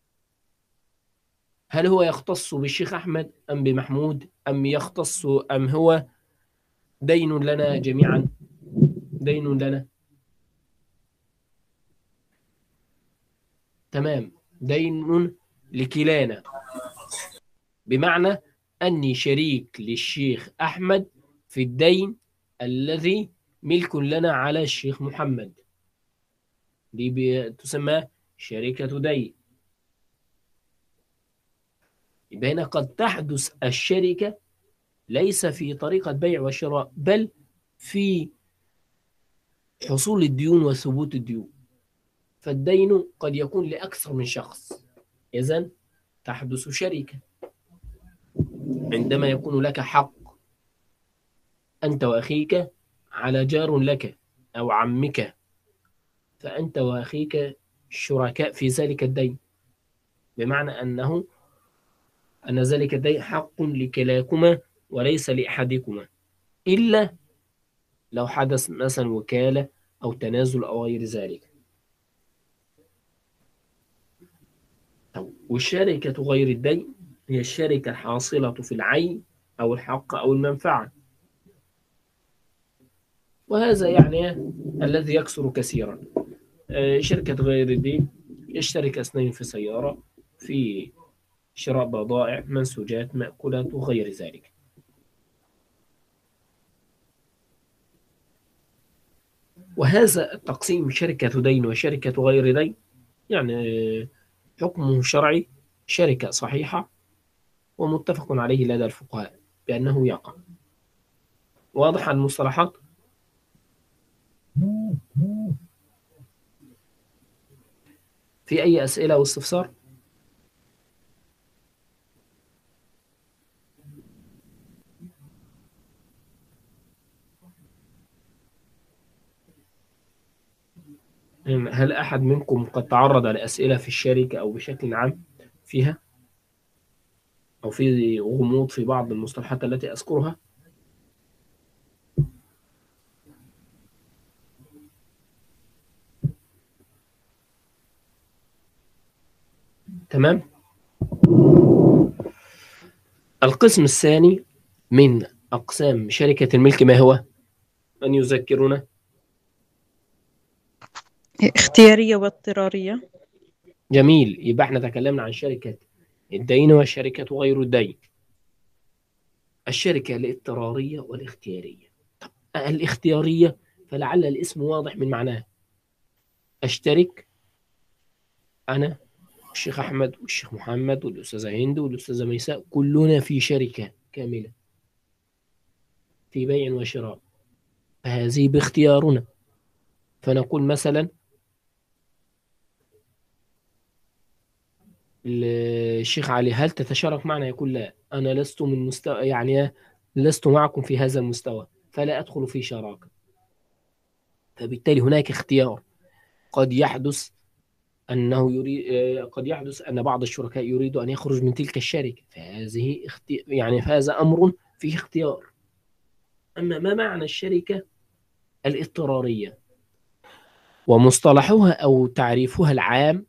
هل هو يختص بالشيخ أحمد أم بمحمود أم هو دين لنا جميعا؟ دين لنا، تمام، دين لكلانا، بمعنى أني شريك للشيخ أحمد في الدين الذي ملك لنا على الشيخ محمد، دي تسمى شركة دين. يبقى هنا قد تحدث الشركة ليس في طريقة بيع وشراء، بل في حصول الديون وثبوت الديون، فالدين قد يكون لأكثر من شخص. إذن تحدث شركة عندما يكون لك حق أنت وأخيك على جار لك أو عمك، فأنت وأخيك شركاء في ذلك الدين، بمعنى أن ذلك الدين حق لكلاكما وليس لأحدكما، إلا لو حدث مثلا وكالة أو تنازل أو غير ذلك. والشركة غير الدين هي الشركة الحاصلة في العين أو الحق أو المنفعة، وهذا يعني الذي يكثر كثيرا. شركة غير الدين يشترك اثنين في سيارة، في شراء بضائع، منسوجات، مأكولات وغير ذلك. وهذا التقسيم شركة دين وشركة غير دين يعني حكمه شرعي شركة صحيحة ومتفق عليه لدى الفقهاء بأنه يقع. واضح المصطلحات؟ في أي أسئلة أو استفسار؟ هل أحد منكم قد تعرض لأسئلة في الشركة أو بشكل عام فيها، أو في غموض في بعض المصطلحات التي أذكرها؟ تمام. القسم الثاني من أقسام شركة الملك ما هو؟ من يذكرنا؟ اختيارية واضطرارية. جميل، يبقى احنا تكلمنا عن شركة الدين والشركة غير الدين. الشركة الاضطرارية والاختيارية. طب الاختيارية فلعل الاسم واضح من معناه، أشترك أنا الشيخ أحمد والشيخ محمد والأستاذة هند والأستاذة ميساء كلنا في شركة كاملة في بيع وشراء، فهذه باختيارنا. فنقول مثلا الشيخ علي هل تتشارك معنا؟ يقول لا، أنا لست من مستوى، يعني لست معكم في هذا المستوى فلا أدخل في شراكة. فبالتالي هناك اختيار. قد يحدث أنه يريد، قد يحدث أن بعض الشركاء يريد أن يخرج من تلك الشركة، فهذه يعني فهذا أمر فيه اختيار. أما ما معنى الشركة الاضطرارية؟ ومصطلحها أو تعريفها العام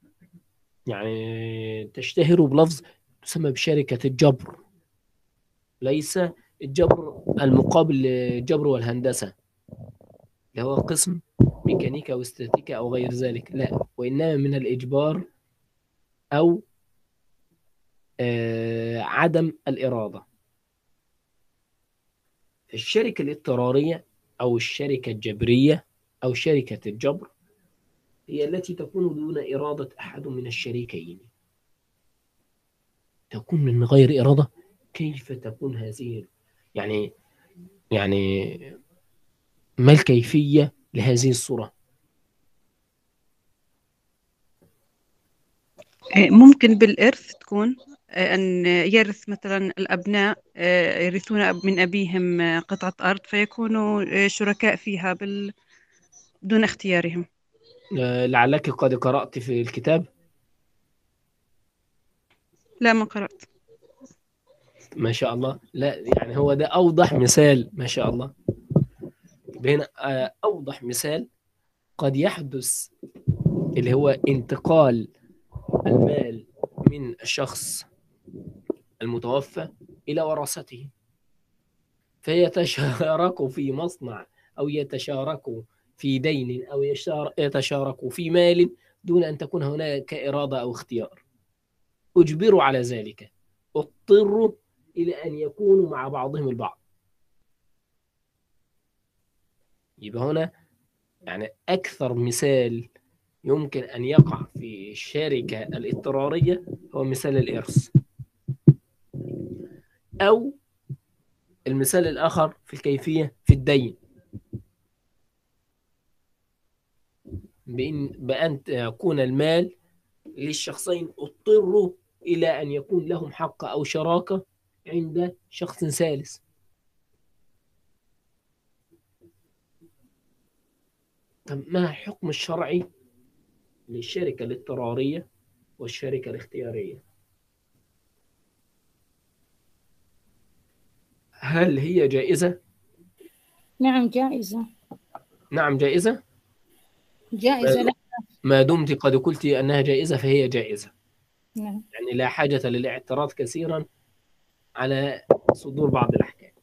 يعني تشتهر بلفظ تسمى بشركة الجبر. ليس الجبر المقابل للجبر والهندسة اللي هو قسم ميكانيكا واستاتيكا أو غير ذلك، لا، وإنما من الإجبار أو عدم الإرادة. الشركة الاضطرارية أو الشركة الجبرية أو شركة الجبر هي التي تكون دون إرادة أحد من الشريكين. تكون من غير إرادة. كيف تكون هذه؟ يعني ما الكيفية لهذه الصورة؟ ممكن بالإرث تكون أن يرث مثلا الأبناء يرثون من أبيهم قطعة أرض فيكونوا شركاء فيها بدون اختيارهم. لعلك قد قرأت في الكتاب. لا، ما قرأت. ما شاء الله. لا يعني هو ده أوضح مثال، ما شاء الله. هنا أوضح مثال قد يحدث اللي هو انتقال المال من الشخص المتوفى إلى ورثته، فيتشاركوا في مصنع أو يتشاركوا في دين أو يتشاركوا في مال دون أن تكون هناك إرادة أو اختيار. أجبروا على ذلك، اضطروا إلى أن يكونوا مع بعضهم البعض. يبقى هنا يعني أكثر مثال يمكن أن يقع في الشركة الاضطرارية هو مثال الإرث، أو المثال الآخر في الكيفية في الدين. بأن يكون المال للشخصين اضطروا إلى أن يكون لهم حق أو شراكة عند شخص ثالث. طب ما الحكم الشرعي للشركة الاضطرارية والشركة الاختيارية؟ هل هي جائزة؟ نعم جائزة. نعم جائزة. جائزة لا. ما دمت قد قلت أنها جائزة فهي جائزة. نعم. يعني لا حاجة للاعتراض كثيرا على صدور بعض الأحكام.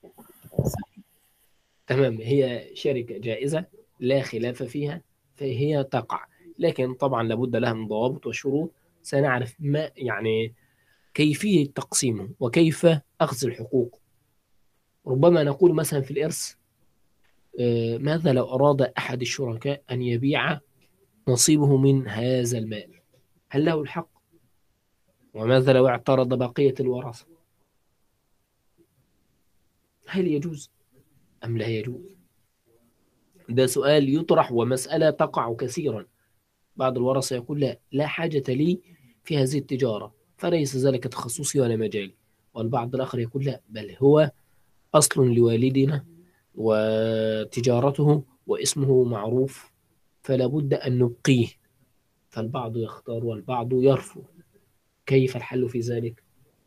تمام، هي شركة جائزة لا خلاف فيها، فهي تقع، لكن طبعا لابد لها من ضوابط وشروط سنعرف ما يعني كيفية تقسيمه وكيف أخذ الحقوق. ربما نقول مثلا في الإرث ماذا لو أراد أحد الشركاء أن يبيع نصيبه من هذا المال، هل له الحق؟ وماذا لو اعترض بقية الورثة؟ هل يجوز أم لا يجوز؟ ده سؤال يطرح ومسألة تقع كثيرا. بعض الورثة يقول لا حاجة لي في هذه التجارة، فليس ذلك تخصصي ولا مجالي. والبعض الآخر يقول لا، بل هو أصل لوالدنا وتجارته واسمه معروف فلا بد أن نبقيه. فالبعض يختار والبعض يرفض. كيف الحل في ذلك؟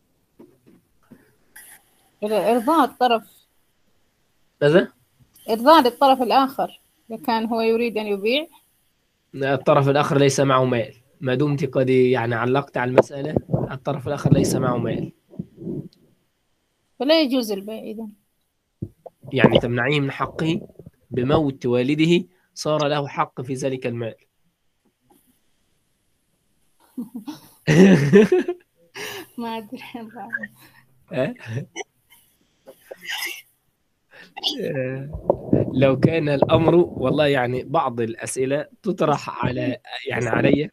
إرضاء الطرف. ماذا؟ إرضاء للطرف الآخر إذا كان هو يريد أن يبيع. الطرف الآخر ليس معه مال، ما دمت قد يعني علقت على المسألة، الطرف الآخر ليس معه مال، فلا يجوز البيع إذن. يعني تمنعيه من حقه بموت والده، صار له حق في ذلك المال. ما أدري. لو كان الأمر والله يعني بعض الأسئلة تطرح على يعني علي،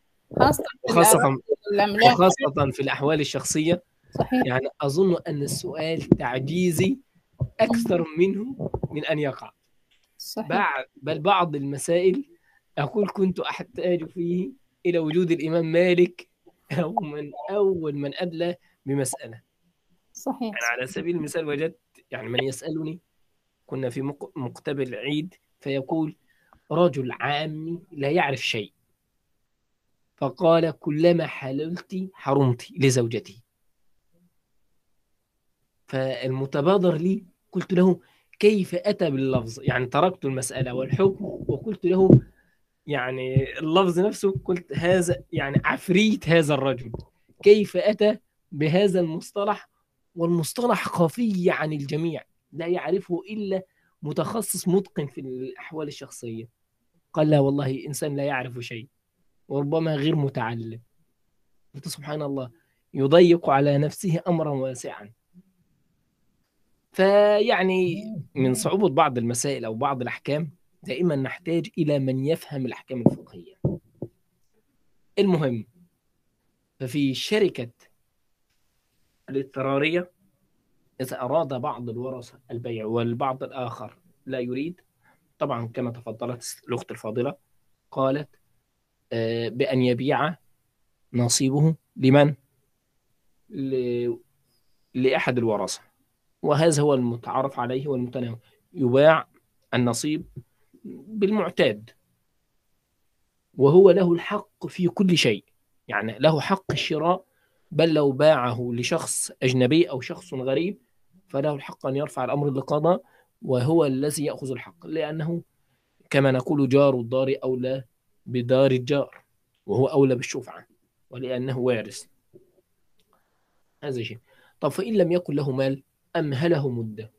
وخاصة في الأحوال الشخصية. صحيح. يعني أظن أن السؤال تعجيزي أكثر منه من أن يقع. صحيح. بل بعض المسائل أقول كنت أحتاج فيه إلى وجود الإمام مالك أو من أول من أدلى بمسألة. صحيح. يعني على سبيل المثال وجدت يعني من يسألني، كنا في مقتبل العيد، فيقول رجل عامي لا يعرف شيء، فقال كلما حللت حرمت لزوجتي. فالمتبادر لي قلت له كيف أتى باللفظ؟ يعني تركت المسألة والحكم وقلت له يعني اللفظ نفسه، قلت هذا يعني عفريت هذا الرجل، كيف أتى بهذا المصطلح؟ والمصطلح خفي عن الجميع، لا يعرفه إلا متخصص متقن في الأحوال الشخصية. قال لا والله إنسان لا يعرف شيء وربما غير متعلم. قلت سبحان الله، يضيق على نفسه أمرا واسعا. فيعني من صعوبة بعض المسائل أو بعض الأحكام دائما نحتاج إلى من يفهم الأحكام الفقهية. المهم، ففي شركة الاضطرارية إذا أراد بعض الورثة البيع والبعض الآخر لا يريد، طبعا كما تفضلت الأخت الفاضلة قالت بأن يبيع نصيبه لمن؟ لأحد الورثة، وهذا هو المتعارف عليه والمتناول. يباع النصيب بالمعتاد، وهو له الحق في كل شيء، يعني له حق الشراء، بل لو باعه لشخص أجنبي أو شخص غريب فله الحق أن يرفع الأمر للقضاء، وهو الذي يأخذ الحق، لأنه كما نقول جار الدار أولى بدار الجار، وهو أولى بالشفعة، ولأنه وارث. هذا شيء. طب فإن لم يكن له مال أمهله مدة،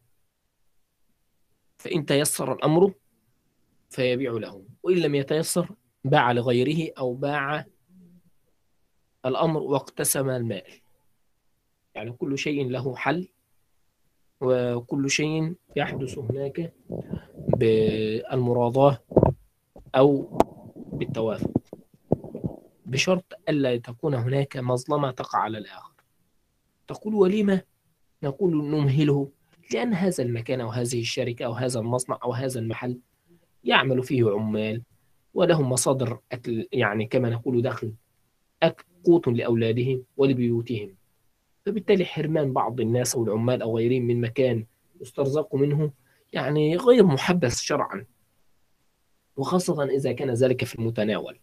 فإن تيسر الأمر فيبيع له، وإن لم يتيسر باع لغيره أو باع الأمر واقتسم المال. يعني كل شيء له حل، وكل شيء يحدث هناك بالمراضاة أو بالتوافق، بشرط ألا تكون هناك مظلمة تقع على الآخر. تقول ولما؟ نقول نمهله لأن هذا المكان أو هذه الشركة أو هذا المصنع أو هذا المحل يعمل فيه عمال، ولهم مصادر أكل، يعني كما نقول دخل، قوت لأولادهم ولبيوتهم. فبالتالي حرمان بعض الناس أو العمال أو غيرهم من مكان يسترزقوا منه يعني غير محبذ شرعا، وخاصة إذا كان ذلك في المتناول.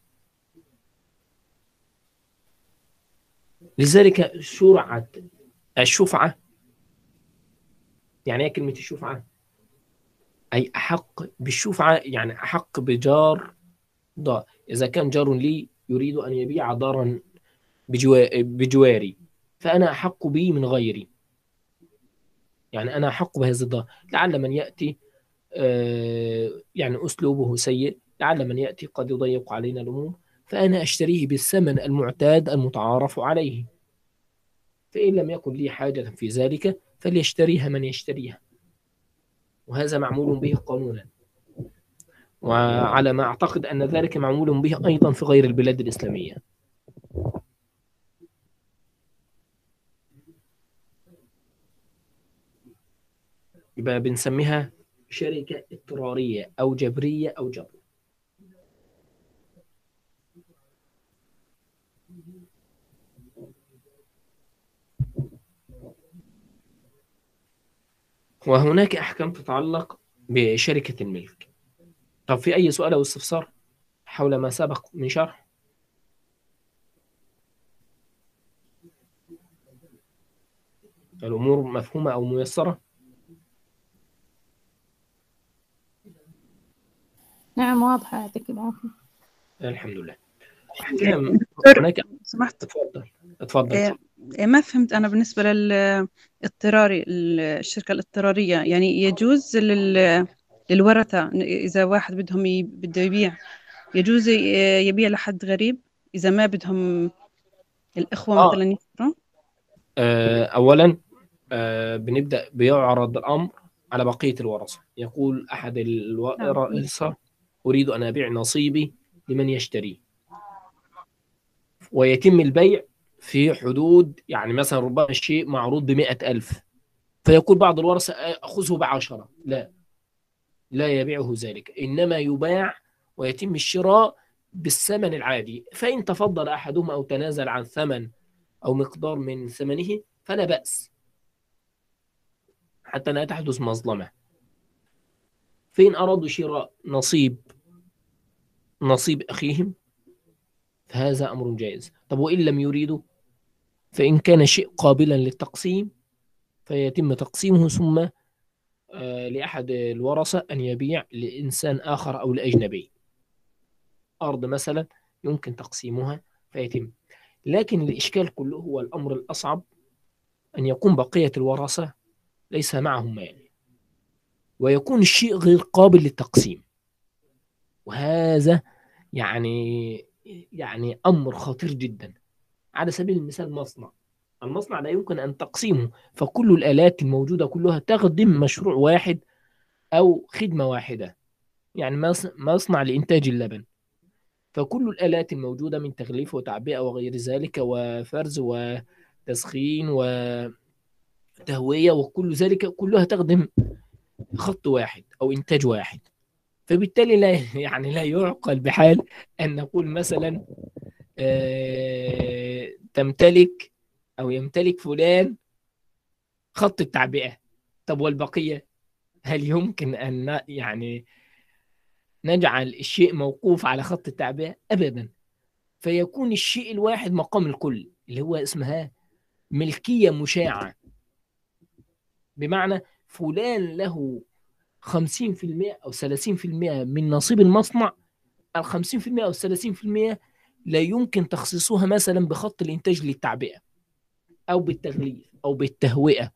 لذلك شرعت الشفعة. يعني ايه كلمة الشفعة؟ أي أحق بالشفعة، يعني أحق بجار دار. إذا كان جار لي يريد أن يبيع دارا بجواري، فأنا أحق به من غيري، يعني أنا أحق بهذا الدار. لعل من يأتي يعني أسلوبه سيء، لعل من يأتي قد يضيق علينا الأمور، فأنا أشتريه بالثمن المعتاد المتعارف عليه. فإن لم يكن لي حاجة في ذلك فليشتريها من يشتريها، وهذا معمول به قانونا، وعلى ما أعتقد أن ذلك معمول به أيضا في غير البلاد الإسلامية. يبقى بنسميها شركة اضطرارية أو جبرية أو جبر. وهناك أحكام تتعلق بشركة الملك. طب في أي سؤال أو استفسار حول ما سبق من شرح؟ الأمور مفهومة أو ميسرة؟ نعم واضحة، يعطيك العافية. الحمد لله. أحكام دكتور هناك. سمحت، اتفضل. ما فهمت أنا بالنسبة للاضطراري، الشركة الاضطرارية، يعني يجوز للورثة إذا واحد بده يبيع، يجوز يبيع لحد غريب إذا ما بدهم الإخوة مثلا يشتروا؟ أولا بنبدأ بيعرض الأمر على بقية الورثة. يقول أحد الورثة أريد أن أبيع نصيبي لمن يشتري، ويتم البيع في حدود، يعني مثلا ربما الشيء معروض ب100,000، فيقول بعض الورثة أخذه ب10. لا يبيعه ذلك، إنما يباع ويتم الشراء بالثمن العادي. فإن تفضل أحدهما أو تنازل عن ثمن أو مقدار من ثمنه فلا بأس، حتى لا تحدث مظلمة. فإن أرادوا شراء نصيب أخيهم فهذا أمر جائز. طب وإن لم يريدوا، فإن كان شيء قابلا للتقسيم فيتم تقسيمه، ثم لأحد الورثة أن يبيع لإنسان آخر أو لأجنبي. أرض مثلا يمكن تقسيمها فيتم. لكن الإشكال كله هو الأمر الأصعب، أن يكون بقية الورثة ليس معهم مال، ويكون الشيء غير قابل للتقسيم، وهذا يعني أمر خطير جدا. على سبيل المثال المصنع لا يمكن أن تقسيمه، فكل الآلات الموجودة كلها تخدم مشروع واحد أو خدمة واحدة. يعني مصنع لإنتاج اللبن، فكل الآلات الموجودة من تغليف وتعبئة وغير ذلك وفرز وتسخين وتهوية وكل ذلك كلها تخدم خط واحد أو إنتاج واحد. فبالتالي لا يعقل بحال أن نقول مثلا تمتلك أو يمتلك فلان خط التعبئة، طب والبقية؟ هل يمكن أن نجعل الشيء موقوف على خط التعبئة؟ أبدا. فيكون الشيء الواحد مقام الكل، اللي هو اسمها ملكية مشاعة. بمعنى فلان له 50% أو 30% من نصيب المصنع، 50% أو 30% لا يمكن تخصيصها مثلا بخط الإنتاج للتعبئة أو بالتغليف أو بالتهوئة،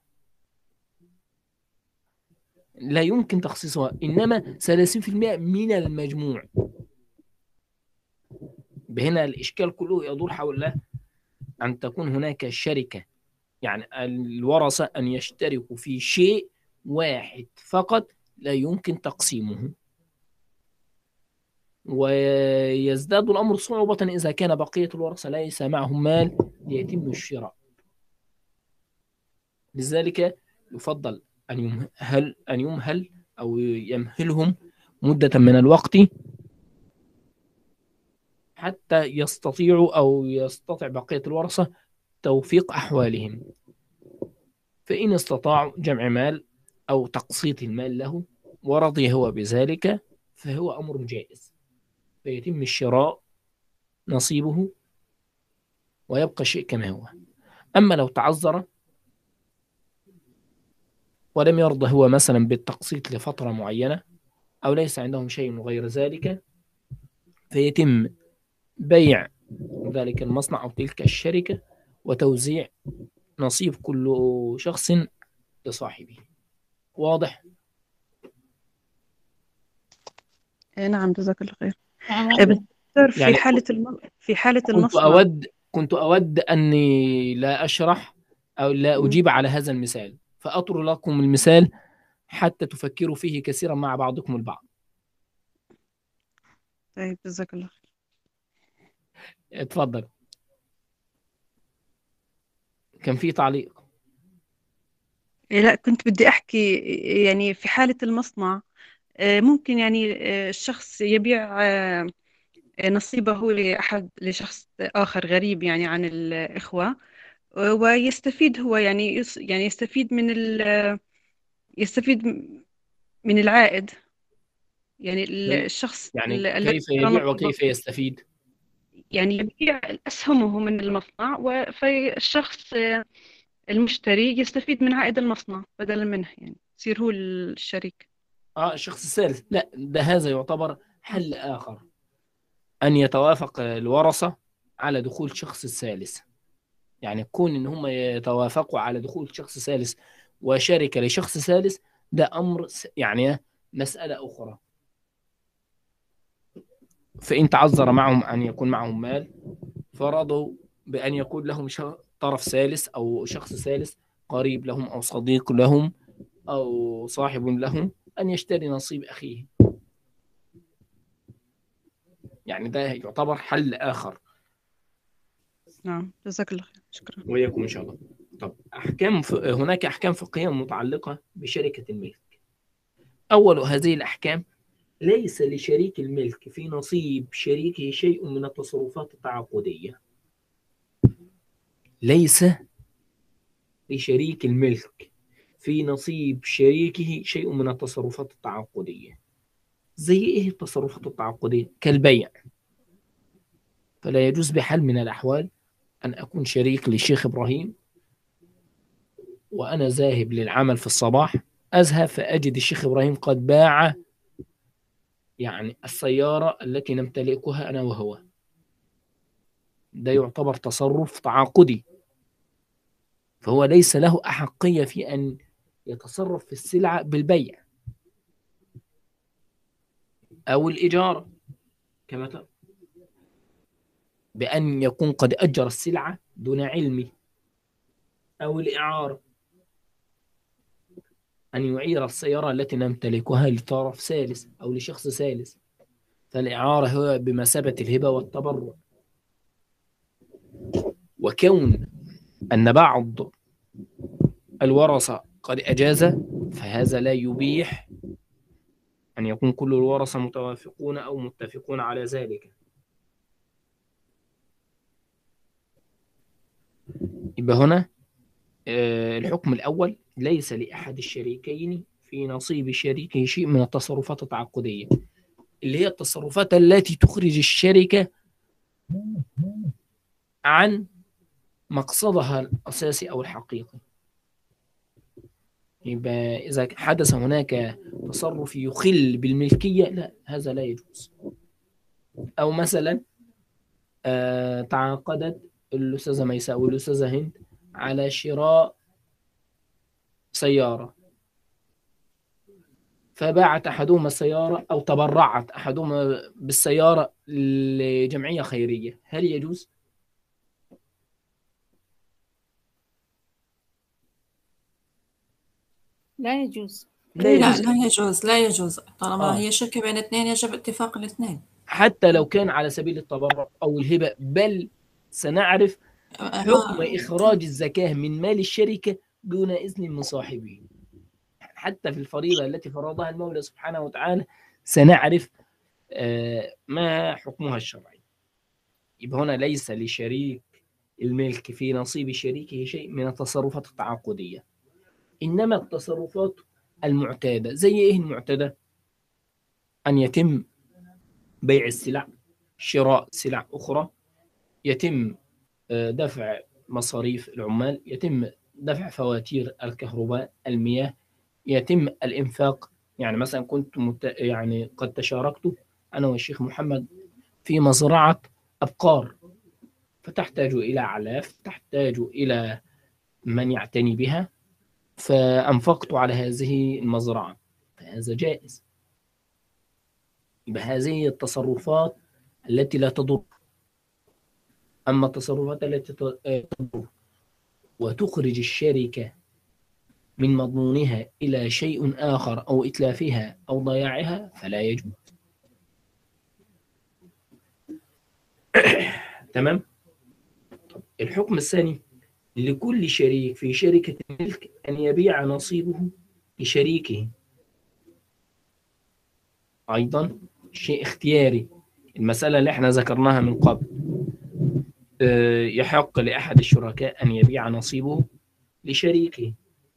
لا يمكن تخصيصها، إنما 30% من المجموع. بهنا الإشكال كله يدور حول أن تكون هناك شركة، يعني الورثة أن يشتركوا في شيء واحد فقط لا يمكن تقسيمه، ويزداد الأمر صعوبة إذا كان بقية الورثة ليس معهم مال ليتم الشراء. لذلك يفضل أن يمهل أو يمهلهم مدة من الوقت حتى يستطيعوا أو يستطيع بقية الورثة توفيق أحوالهم. فإن استطاعوا جمع مال أو تقسيط المال له ورضي هو بذلك فهو أمر جائز، فيتم الشراء نصيبه ويبقى الشيء كما هو. أما لو تعذر ولم يرضى هو مثلا بالتقسيط لفترة معينة أو ليس عندهم شيء غير ذلك، فيتم بيع ذلك المصنع أو تلك الشركة وتوزيع نصيب كل شخص لصاحبه. واضح؟ نعم جزاك الله خير. نعم بس دكتور يعني في حالة كنت المصنع كنت أود أني لا أشرح أو لا أجيب على هذا المثال، فأطر لكم المثال حتى تفكروا فيه كثيرا مع بعضكم البعض. طيب جزاك الله خير. اتفضل. كان في تعليق. لا كنت بدي أحكي يعني في حالة المصنع ممكن يعني الشخص يبيع نصيبه لشخص آخر غريب يعني عن الإخوة، ويستفيد هو يعني يعني يستفيد من العائد، يعني الشخص يعني الذي كيف اشترى يبيع نصيبه وكيف يستفيد؟ يعني يبيع أسهمه من المصنع، فالشخص المشتري يستفيد من عائد المصنع بدلا منه، يعني يصير هو الشريك. الشخص الثالث لا، ده هذا يعتبر حل آخر، أن يتوافق الورثة على دخول شخص ثالث. يعني كون إن هم يتوافقوا على دخول شخص ثالث وشركة لشخص ثالث، ده أمر يعني مسألة أخرى. فإن تعذر معهم أن يكون معهم مال فرضوا بأن يكون لهم طرف ثالث أو شخص ثالث قريب لهم أو صديق لهم أو صاحب لهم أن يشتري نصيب أخيه. يعني ده يعتبر حل آخر. نعم جزاك الله خير، شكرا. وإياكم إن شاء الله. طب هناك أحكام فقهية متعلقة بشركة الملك. أول هذه الأحكام: ليس لشريك الملك في نصيب شريكه شيء من التصرفات التعاقدية. ليس لشريك الملك في نصيب شريكه شيء من التصرفات التعاقدية. زي إيه التصرفات التعاقدية؟ كالبيع. فلا يجوز بحال من الأحوال أن أكون شريك للشيخ إبراهيم وأنا ذاهب للعمل في الصباح، أذهب فأجد الشيخ إبراهيم قد باع يعني السيارة التي نمتلكها أنا وهو. ده يعتبر تصرف تعاقدي، فهو ليس له أحقية في أن يتصرف في السلعة بالبيع أو الإجارة كما بأن يكون قد أجر السلعة دون علمي، أو الإعارة أن يعير السيارة التي نمتلكها لطرف ثالث أو لشخص ثالث، فالإعارة هو بمثابة الهبة والتبرع. وكون أن بعض الورثة قد أجاز فهذا لا يبيح أن يكون كل الورثة متوافقون أو متفقون على ذلك. يبقى هنا الحكم الأول: ليس لأحد الشريكين في نصيب شريكه شيء من التصرفات التعاقدية، اللي هي التصرفات التي تخرج الشركة عن مقصدها الأساسي أو الحقيقي. يبقى إذا حدث هناك تصرف يخل بالملكية، لا، هذا لا يجوز. أو مثلا تعاقدت الأستاذة ميساء والأستاذة هند على شراء سيارة، فباعت أحدهما السيارة أو تبرعت أحدهما بالسيارة لجمعية خيرية، هل يجوز؟ لا يجوز. لا لا يجوز. لا يجوز، لا يجوز. طالما آه. هي شركة بين اثنين يجب اتفاق الاثنين. حتى لو كان على سبيل التبرع أو الهبة، بل سنعرف حكم إخراج الزكاة من مال الشركة دون إذن من صاحبه. حتى في الفريضة التي فرضها المولى سبحانه وتعالى سنعرف ما حكمها الشرعي. يبقى هنا ليس لشريك الملك في نصيب شريكه شيء من التصرفات التعاقدية، إنما التصرفات المعتادة. زي إيه المعتادة؟ أن يتم بيع السلع، شراء سلع أخرى، يتم دفع مصاريف العمال، يتم دفع فواتير الكهرباء، المياه، يتم الإنفاق. يعني مثلا كنت يعني قد تشاركت أنا والشيخ محمد في مزرعة أبقار، فتحتاج إلى علاف، تحتاج إلى من يعتني بها، فأنفقت على هذه المزرعة، فهذا جائز. بهذه التصرفات التي لا تضر. أما التصرفات التي تضر وتخرج الشركة من مضمونها إلى شيء آخر أو إتلافها أو ضياعها فلا يجوز. تمام؟ الحكم الثاني: لكل شريك في شركة الملك أن يبيع نصيبه لشريكه. أيضا شيء اختياري. المسألة اللي احنا ذكرناها من قبل، يحق لأحد الشركاء أن يبيع نصيبه لشريكه.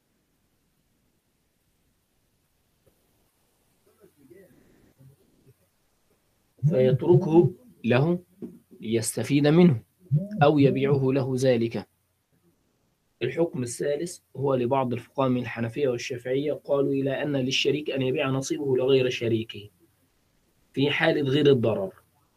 فيتركه له ليستفيد منه أو يبيعه له ذلك. الحكم الثالث هو لبعض الفقهاء من الحنفية والشافعية، قالوا إلى أن للشريك أن يبيع نصيبه لغير شريكه في حالة غير الضرر.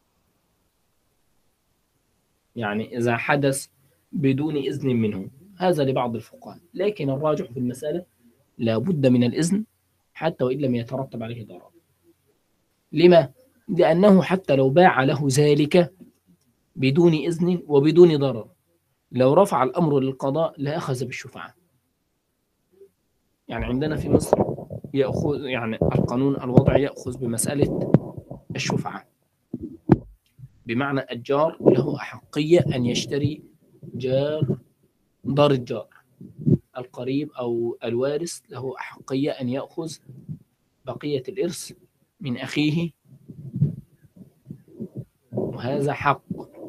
يعني إذا حدث بدون إذن منه، هذا لبعض الفقهاء، لكن الراجح في المسألة لا بد من الإذن حتى وإن لم يترتب عليه ضرر. لما؟ لأنه حتى لو باع له ذلك بدون إذن وبدون ضرر، لو رفع الأمر للقضاء لأخذ بالشفعة. يعني عندنا في مصر يأخذ، يعني القانون الوضعي يأخذ بمسألة الشفعة، بمعنى الجار له أحقية أن يشتري جار دار الجار، القريب أو الوارث له أحقية أن يأخذ بقية الإرث من أخيه، وهذا حق.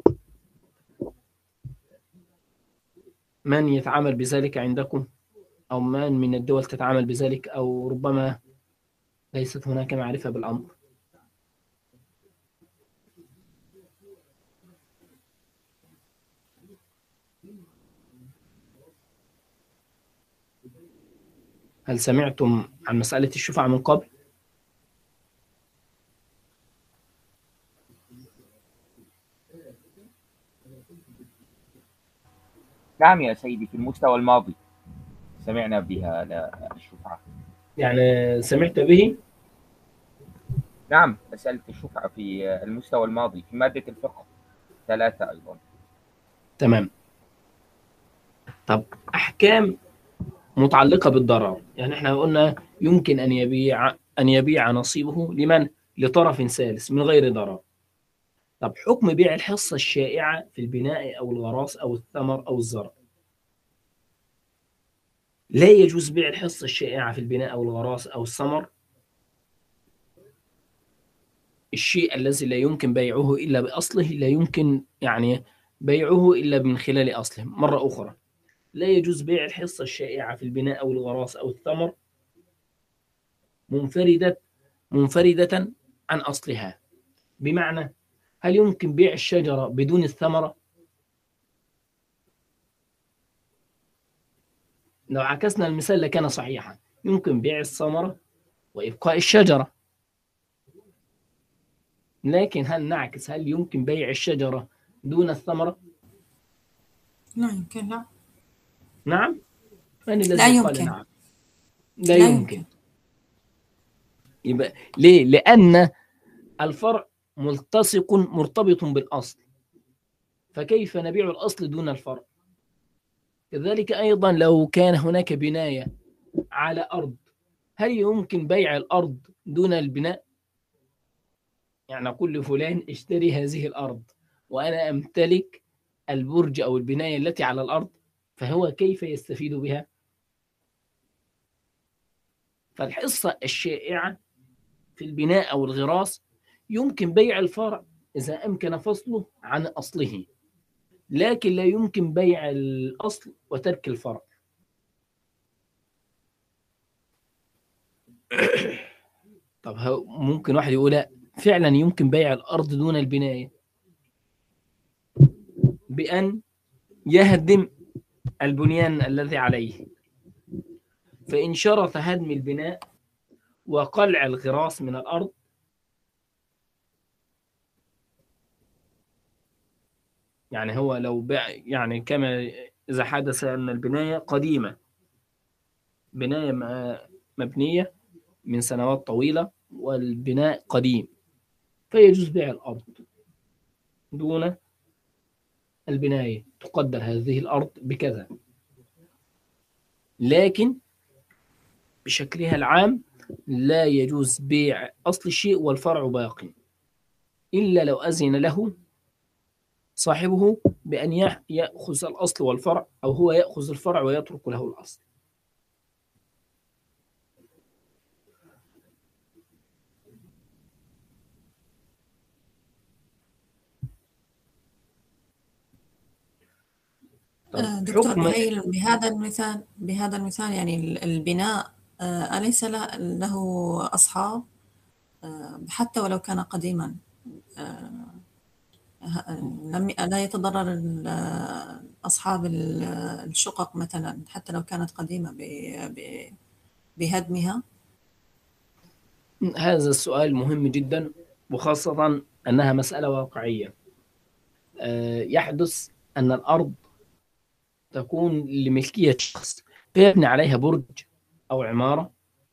من يتعامل بذلك عندكم؟ أو من الدول تتعامل بذلك؟ أو ربما ليست هناك معرفة بالأمر. هل سمعتم عن مسألة الشفعة من قبل؟ نعم يا سيدي، في المستوى الماضي سمعنا بها الشفعة. يعني سمعت به؟ نعم، مسألة الشفعة في المستوى الماضي في مادة الفقه 3 أيضا. تمام. طب أحكام متعلقة بالضرر، يعني احنا قلنا يمكن أن يبيع نصيبه لمن؟ لطرف ثالث من غير ضرر. طب حكم بيع الحصة الشائعة في البناء أو الغراس أو الثمر أو الزرع. لا يجوز بيع الحصة الشائعة في البناء أو الغراس أو الثمر، الشيء الذي لا يمكن بيعه إلا بأصله، لا يمكن يعني بيعه إلا من خلال أصله. مرة أخرى، لا يجوز بيع الحصة الشائعة في البناء أو الغراس أو الثمر منفردة عن أصلها. بمعنى، هل يمكن بيع الشجرة بدون الثمرة؟ لو عكسنا المثال لكان صحيحا، يمكن بيع الثمرة وإبقاء الشجرة. لكن هل نعكس، هل يمكن بيع الشجرة دون الثمرة؟ لا يمكن. لا. نعم. من الذي لا قال يمكن. نعم؟ لا يمكن. يبقى ليه؟ لأن الفرع ملتصق مرتبط بالأصل، فكيف نبيع الأصل دون الفرع؟ كذلك أيضا لو كان هناك بناية على أرض، هل يمكن بيع الأرض دون البناء؟ يعني أقول لفلان اشتري هذه الأرض وأنا أمتلك البرج أو البناية التي على الأرض، فهو كيف يستفيد بها؟ فالحصة الشائعة في البناء أو الغراس يمكن بيع الفرع إذا أمكن فصله عن أصله، لكن لا يمكن بيع الأصل وترك الفرع. طب ممكن واحد يقول لا، فعلا يمكن بيع الأرض دون البناية بأن يهدم البنيان الذي عليه، فإن شرط هدم البناء وقلع الغراس من الأرض يعني هو لو باع، يعني كما إذا حدث أن البناية قديمة، بناية مبنية من سنوات طويلة والبناء قديم، فيجوز بيع الأرض دون البناية، تقدر هذه الأرض بكذا، لكن بشكلها العام لا يجوز بيع أصل الشيء والفرع باقي، إلا لو أذن له صاحبه بأن يأخذ الأصل والفرع، أو هو يأخذ الفرع ويترك له الأصل. دكتور، بهذا المثال يعني البناء أليس له أصحاب حتى ولو كان قديما؟ لا يتضرر أصحاب الشقق مثلا حتى لو كانت قديمة بهدمها؟ هذا السؤال مهم جدا، وخاصة أنها مسألة واقعية. يحدث أن الأرض تكون لملكية شخص فيبني عليها برج أو عمارة،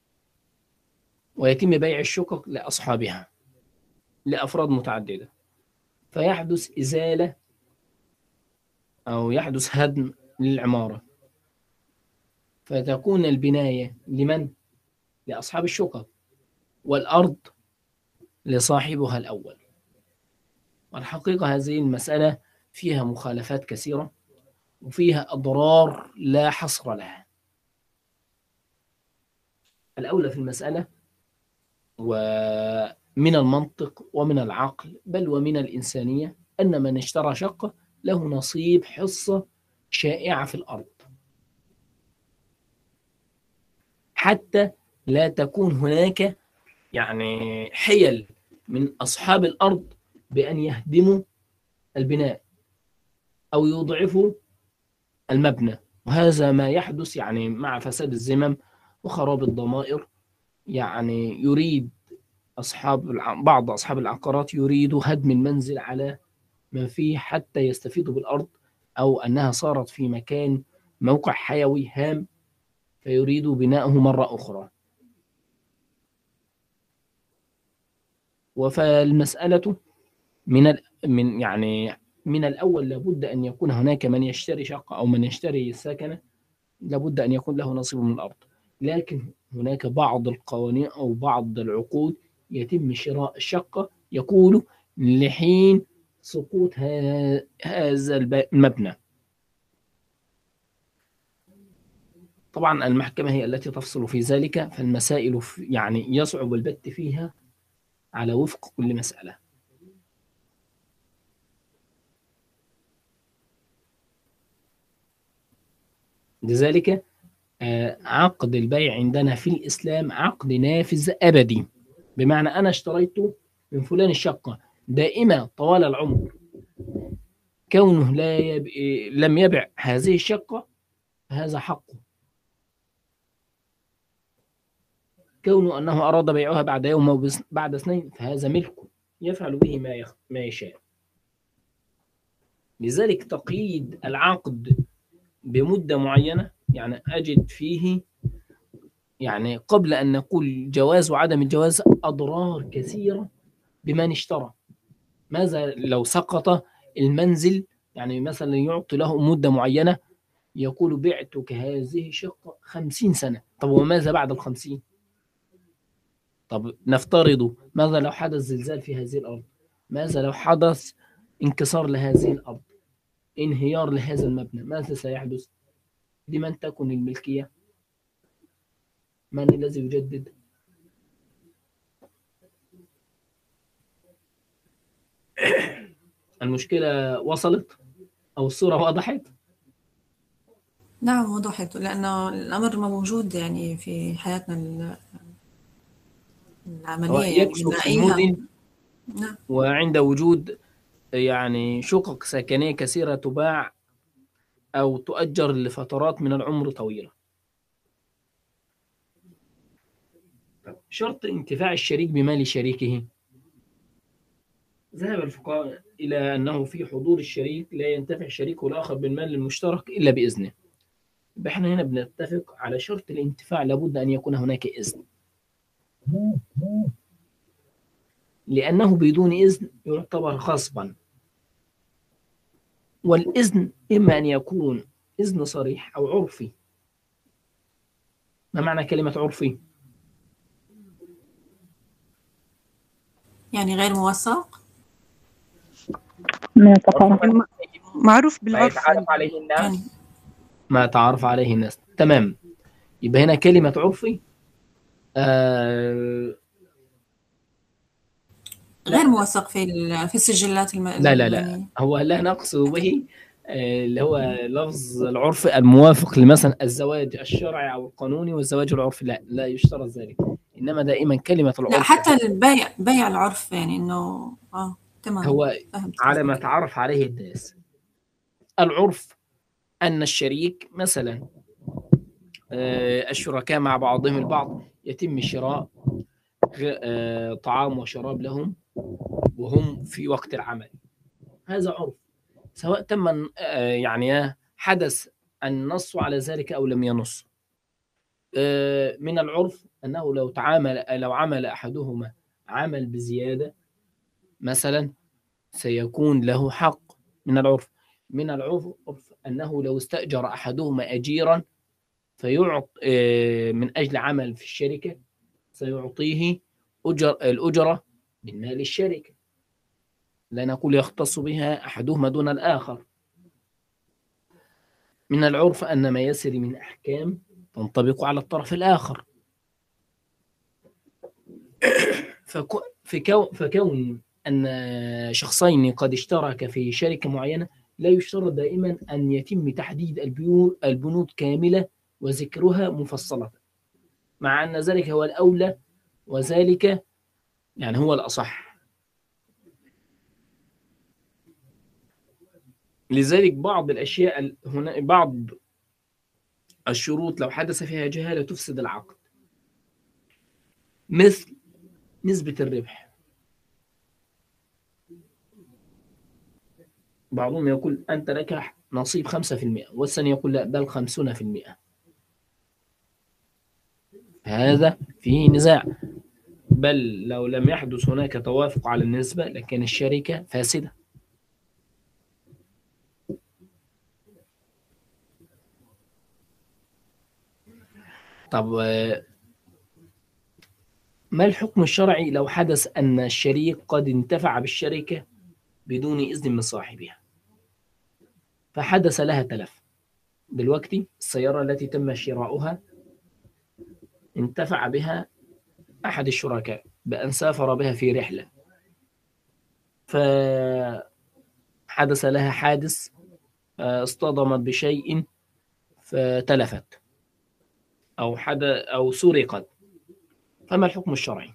ويتم بيع الشقق لأصحابها لأفراد متعددة، فيحدث إزالة أو يحدث هدم للعمارة، فتكون البناية لمن؟ لأصحاب الشقق، والأرض لصاحبها الأول. والحقيقة هذه المسألة فيها مخالفات كثيرة وفيها أضرار لا حصر لها. الأولى في المسألة ومن المنطق ومن العقل بل ومن الإنسانية أن من اشترى شقة له نصيب حصة شائعة في الأرض، حتى لا تكون هناك يعني حيل من أصحاب الأرض بأن يهدموا البناء أو يضعفوا المبنى، وهذا ما يحدث يعني مع فساد الذمم وخراب الضمائر. يعني يريد بعض أصحاب العقارات يريدوا هدم المنزل على من فيه حتى يستفيدوا بالأرض، أو أنها صارت في مكان موقع حيوي هام فيريدوا بناءه مرة أخرى. فالمسألة من الأول لابد أن يكون هناك من يشتري شقة أو من يشتري سكنة، لابد أن يكون له نصيب من الأرض، لكن هناك بعض القوانين أو بعض العقود يتم شراء الشقة يقول لحين سقوط هذا المبنى. طبعا المحكمة هي التي تفصل في ذلك، فالمسائل يعني يصعب البت فيها على وفق كل مسألة. لذلك عقد البيع عندنا في الإسلام عقد نافذ أبدي، بمعنى أنا اشتريت من فلان الشقة دائمة طوال العمر، كونه لم يبع هذه الشقة فهذا حقه، كونه أنه أراد بيعها بعد يوم أو بعد 2 فهذا ملكه يفعل به ما يشاء. لذلك تقييد العقد بمدة معينة يعني أجد فيه يعني قبل أن نقول جواز وعدم الجواز أضرار كثيرة بمن اشترى. ماذا لو سقط المنزل؟ يعني مثلا يعطي له مدة معينة يقول بعتك هذه شقة 50 سنة، طب وماذا بعد 50؟ طب نفترض ماذا لو حدث زلزال في هذه الأرض؟ ماذا لو حدث انكسار لهذه الأرض، انهيار لهذا المبنى، ماذا سيحدث؟ لمن تكون الملكية؟ من الذي يجدد؟ المشكلة وصلت أو الصورة وضحت؟ نعم وضحت، لأنه الأمر موجود يعني في حياتنا هو العملية، يعني يكثر في بنلاقيها. المدن نعم وعند وجود يعني شقق سكنية كثيرة تباع أو تؤجر لفترات من العمر طويلة. شرط انتفاع الشريك بمال شريكه. ذهب الفقهاء إلى أنه في حضور الشريك لا ينتفع شريكه الآخر بالمال المشترك إلا بإذنه. احنا هنا بنتفق على شرط الانتفاع، لابد أن يكون هناك إذن، لأنه بدون إذن يعتبر غصبا. والإذن إما أن يكون إذن صريح أو عرفي. ما معنى كلمة عرفي؟ يعني غير موثق. من التقارب. معروف ما بالعرف يتعارف عليه يعني الناس. ما تعرف عليه الناس. تمام. يبقى هنا كلمة عرفي غير موثق في السجلات لا يعني. هو لا نقصد به اللي هو لفظ العرف الموافق لمثلا الزواج الشرعي او القانوني والزواج العرفي، لا يشترط ذلك، انما دائما كلمه لا، العرف حتى بيع العرف، يعني إنه تمام. هو فهمت على ما قصدك. تعرف عليه الناس. العرف ان الشريك مثلا الشركاء مع بعضهم البعض يتم شراء طعام وشراب لهم وهم في وقت العمل. هذا عرف، سواء تم يعني حدث النص على ذلك أو لم ينص. من العرف أنه لو عمل أحدهما عمل بزيادة مثلا سيكون له حق. من العرف أنه لو استأجر أحدهما أجيرا فيعط من أجل عمل في الشركة سيعطيه الأجرة من مال الشركة، لا نقول يختص بها أحدهما دون الآخر. من العرف أن ما يسري من أحكام تنطبق على الطرف الآخر. فكون أن شخصين قد اشتركا في شركة معينة لا يشترط دائما أن يتم تحديد البنود كاملة وذكرها مفصلة، مع أن ذلك هو الأولى وذلك يعني هو الأصح. لذلك بعض الأشياء هنا بعض الشروط لو حدث فيها جهالة تفسد العقد، مثل نسبة الربح. بعضهم يقول أنت لك نصيب 5% والثاني يقول لا بل 50%. هذا فيه نزاع، بل لو لم يحدث هناك توافق على النسبة لكن الشركة فاسدة. طب ما الحكم الشرعي لو حدث أن الشريك قد انتفع بالشركة بدون إذن من صاحبها فحدث لها تلف؟ دلوقتي السيارة التي تم شراؤها انتفع بها أحد الشركاء بأن سافر بها في رحلة، فحدث لها حادث اصطدمت بشيء فتلفت أو سرقت، فما الحكم الشرعي؟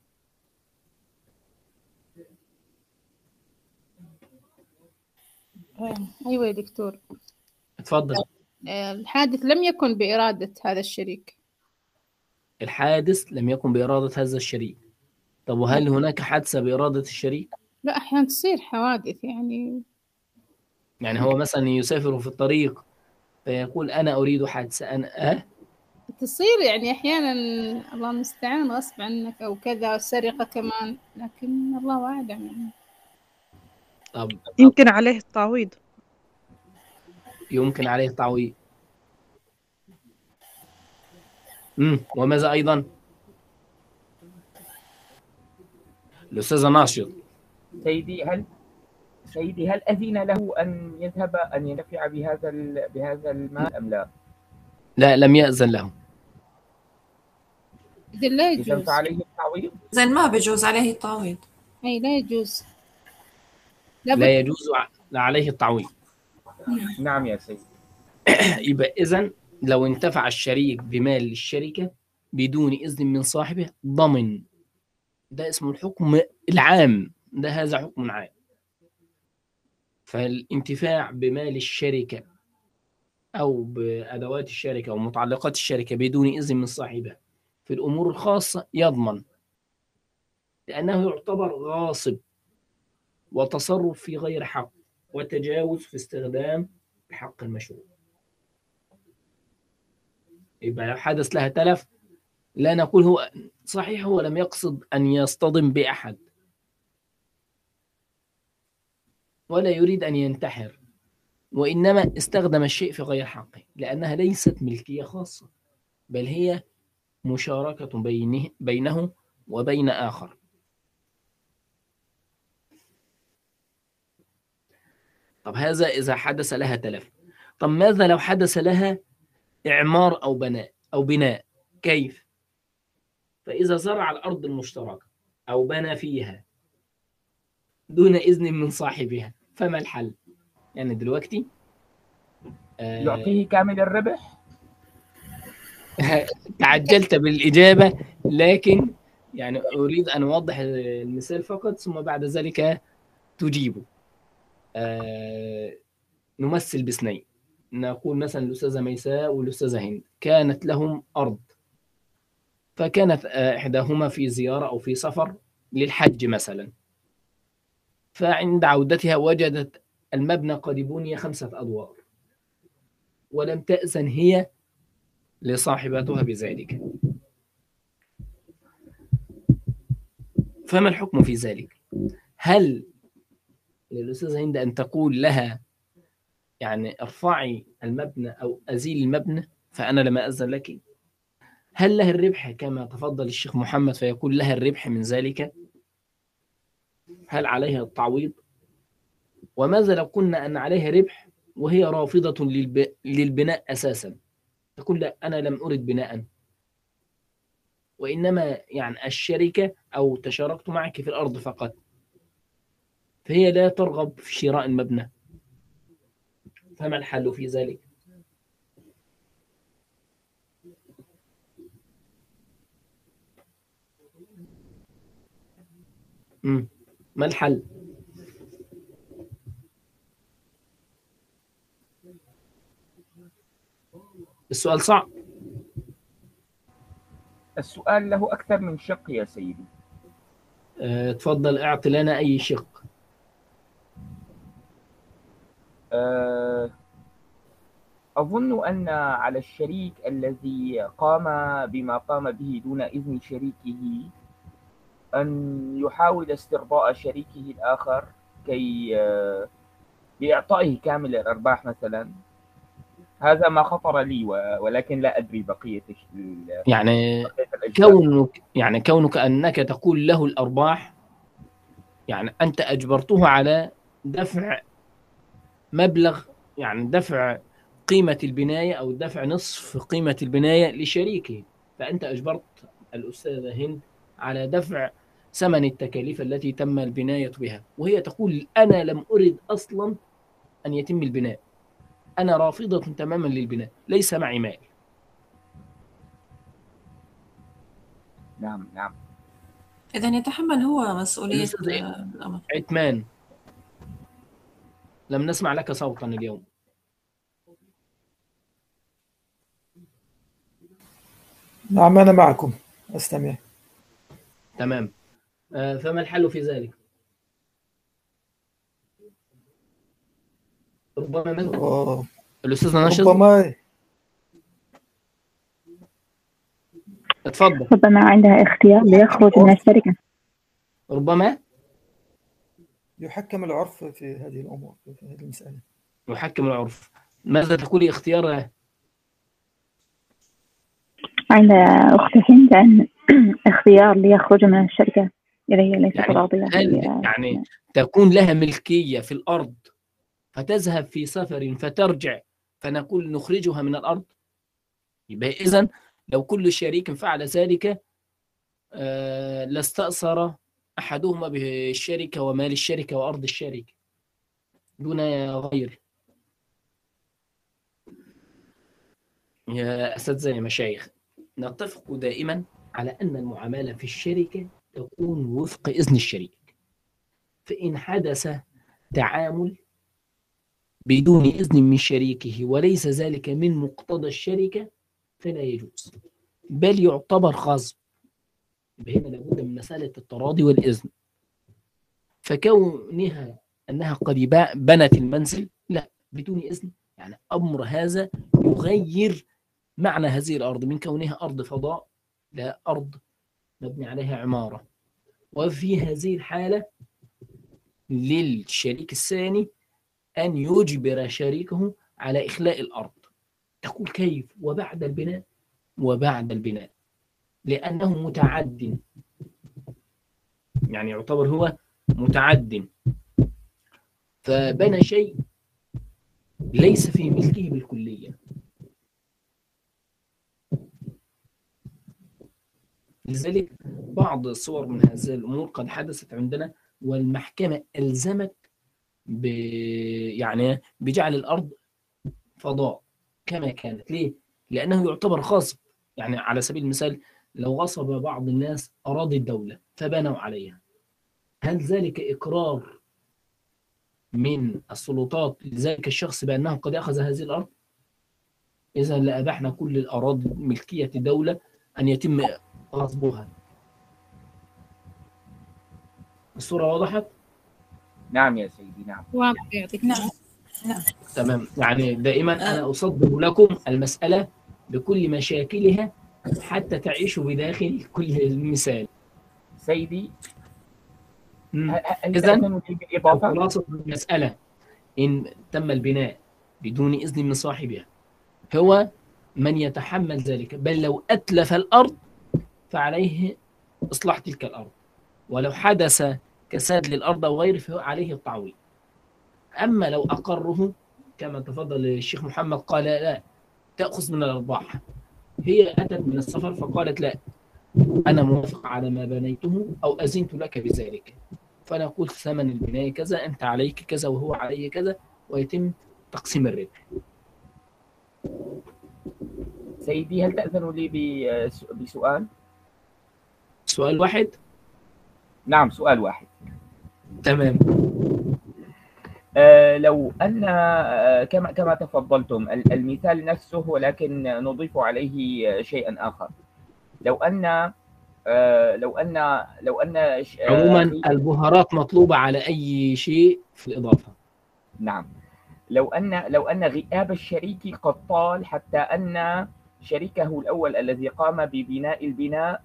أيوة يا دكتور. اتفضل. الحادث لم يكن بإرادة هذا الشريك. الحادث لم يكن بإرادة هذا الشريك. طب وهل هناك حادثة بإرادة الشريك؟ لا، أحيانا تصير حوادث يعني هو مثلا يسافر في الطريق فيقول أنا أريد حادثة أنا تصير أحيانا الله المستعان غصب عنك أو كذا، سرقة كمان، لكن الله أعلم طب يمكن عليه التعويض. يمكن عليه التعويض. وماذا أيضا؟ الأستاذة ناشط. سيدي هل أذن له أن يذهب أن ينتفع بهذا المال أم لا؟ لا، لم يأذن له. إذا لا إذا يجوز. فعليه التعويض. زين ما بيجوز عليه التعويض. أي لا يجوز. لا يجوز عليه التعويض. نعم يا سيد. يبقى إذن لو انتفع الشريك بمال الشركة بدون إذن من صاحبه ضمن، ده اسمه الحكم العام، ده هذا حكم عام. فالانتفاع بمال الشركة أو بأدوات الشركة أو متعلقات الشركة بدون إذن من صاحبها في الأمور الخاصة يضمن، لأنه يعتبر غاصب وتصرف في غير حق وتجاوز في استخدام الحق المشروع. يبقى لو حدث لها تلف لا نقول هو صحيح هو لم يقصد أن يصطدم بأحد ولا يريد أن ينتحر، وإنما استخدم الشيء في غير حقه، لأنها ليست ملكية خاصة بل هي مشاركة بينه وبين آخر. طب هذا إذا حدث لها تلف. طب ماذا لو حدث لها إعمار أو بناء؟ كيف؟ فإذا زرع الأرض المشتركة أو بنى فيها دون إذن من صاحبها فما الحل؟ يعني دلوقتي يعطيه كامل الربح؟ تعجلت بالإجابة، لكن يعني أريد أن أوضح المثال فقط ثم بعد ذلك تجيبه. نمثل باثنين، نقول مثلا الأستاذة ميساء والأستاذة هند كانت لهم أرض، فكانت إحداهما في زيارة أو في سفر للحج مثلا، فعند عودتها وجدت المبنى قد بني 5 أدوار ولم تأذن هي لصاحبتها بذلك، فما الحكم في ذلك؟ هل للأستاذة هند أن تقول لها يعني ارفعي المبنى أو أزيل المبنى فأنا لم أذن لك؟ هل لها الربح كما تفضل الشيخ محمد فيقول لها الربح من ذلك؟ هل عليها التعويض؟ وماذا لو قلنا أن عليها ربح وهي رافضة للبناء أساسا، تقول لا أنا لم أرد بناء وإنما يعني الشركة أو تشاركت معك في الأرض فقط، فهي لا ترغب في شراء المبنى، فما الحل في ذلك؟ ما الحل؟ السؤال صعب. السؤال له أكثر من شق يا سيدي. تفضل اعط لنا أي شق. أظن أن على الشريك الذي قام بما قام به دون إذن شريكه أن يحاول استرضاء شريكه الآخر كي بإعطائه كامل الأرباح مثلا. هذا ما خطر لي ولكن لا أدري بقية يعني كونك أنك تقول له الأرباح، يعني أنت أجبرته على دفع مبلغ، يعني دفع قيمة البناية أو دفع نصف قيمة البناية لشريكه، فأنت أجبرت الأستاذة هند على دفع ثمن التكاليف التي تم البناية بها، وهي تقول أنا لم أرد أصلا أن يتم البناء، أنا رافضة تماما للبناء، ليس معي مال. نعم. إذن يتحمل هو مسؤولية الأمر. عثمان، لم نسمع لك صوتا اليوم. نعم أنا معكم أستمع. تمام. فما الحل في ذلك؟ ربما الأستاذ ناشد. ربما اتفضل. ربما عندها اختيار ليخرج من الشركة. ربما يحكم العرف في هذه الأمور، في هذه المسألة. يحكم العرف. ماذا تقولي اختيارها؟ عند أخت هند عن اختيار ليخرج من الشركة إذا هي ليست راضية. يعني تكون لها ملكية في الأرض فتذهب في سفر فترجع فنقول نخرجها من الأرض؟ يبقى إذن لو كل شريك فعل ذلك لاستأثر أحدهما بالشركة ومال الشركة وأرض الشركة، دون غير. يا أساتذة يا مشايخ، نتفق دائما على أن المعاملة في الشركة تكون وفق إذن الشريك. فإن حدث تعامل بدون إذن من شريكه وليس ذلك من مقتضى الشركة فلا يجوز، بل يعتبر غصب. هنا لابد من مسألة التراضي والإذن. فكونها أنها قد بنت المنزل لا بدون إذن، يعني أمر هذا يغير معنى هذه الأرض من كونها أرض فضاء لا أرض مبني عليها عمارة. وفي هذه الحالة للشريك الثاني أن يجبر شريكه على إخلاء الأرض. تقول كيف؟ وبعد البناء. وبعد البناء لأنه متعد، يعني يعتبر هو متعد، فبنى شيء ليس في ملكه بالكلية. لذلك بعض الصور من هذه الأمور قد حدثت عندنا، والمحكمة ألزمت يعني بجعل الأرض فضاء كما كانت. ليه؟ لأنه يعتبر غصب. يعني على سبيل المثال لو غصب بعض الناس أراضي الدولة فبنوا عليها، هل ذلك إقرار من السلطات لذلك الشخص بأنه قد أخذ هذه الأرض؟ إذا لأبحنا كل الأراضي ملكية الدولة أن يتم غصبها. الصورة وضحت؟ نعم يا سيدي، نعم. واضح، يعطيك نعم نعم. تمام. يعني دائما أنا أصدر لكم المسألة بكل مشاكلها حتى تعيشوا بداخل كل المثال. سيدي، إذن خلاصة المسألة إن تم البناء بدون إذن من صاحبها هو من يتحمل ذلك، بل لو أتلف الأرض فعليه إصلاح تلك الأرض، ولو حدث كساد للأرض أو غيره فهو عليه التعويض. أما لو أقره كما تفضل الشيخ محمد قال لا تأخذ من الأرباح، هي أتت من السفر فقالت لا أنا موافق على ما بنيته أو أذنت لك بذلك، فنقول ثمن البناية كذا، أنت عليك كذا وهو عليه كذا، ويتم تقسيم الربح. سيدي، هل تأذن لي بسؤال؟ سؤال واحد؟ نعم، سؤال واحد. تمام. لو أن كما تفضلتم المثال نفسه، ولكن نضيف عليه شيئا آخر. لو أن عموما البهارات مطلوبة على أي شيء في الإضافة. نعم. لو أن غياب الشريك قد طال حتى أن شريكه الأول الذي قام ببناء البناء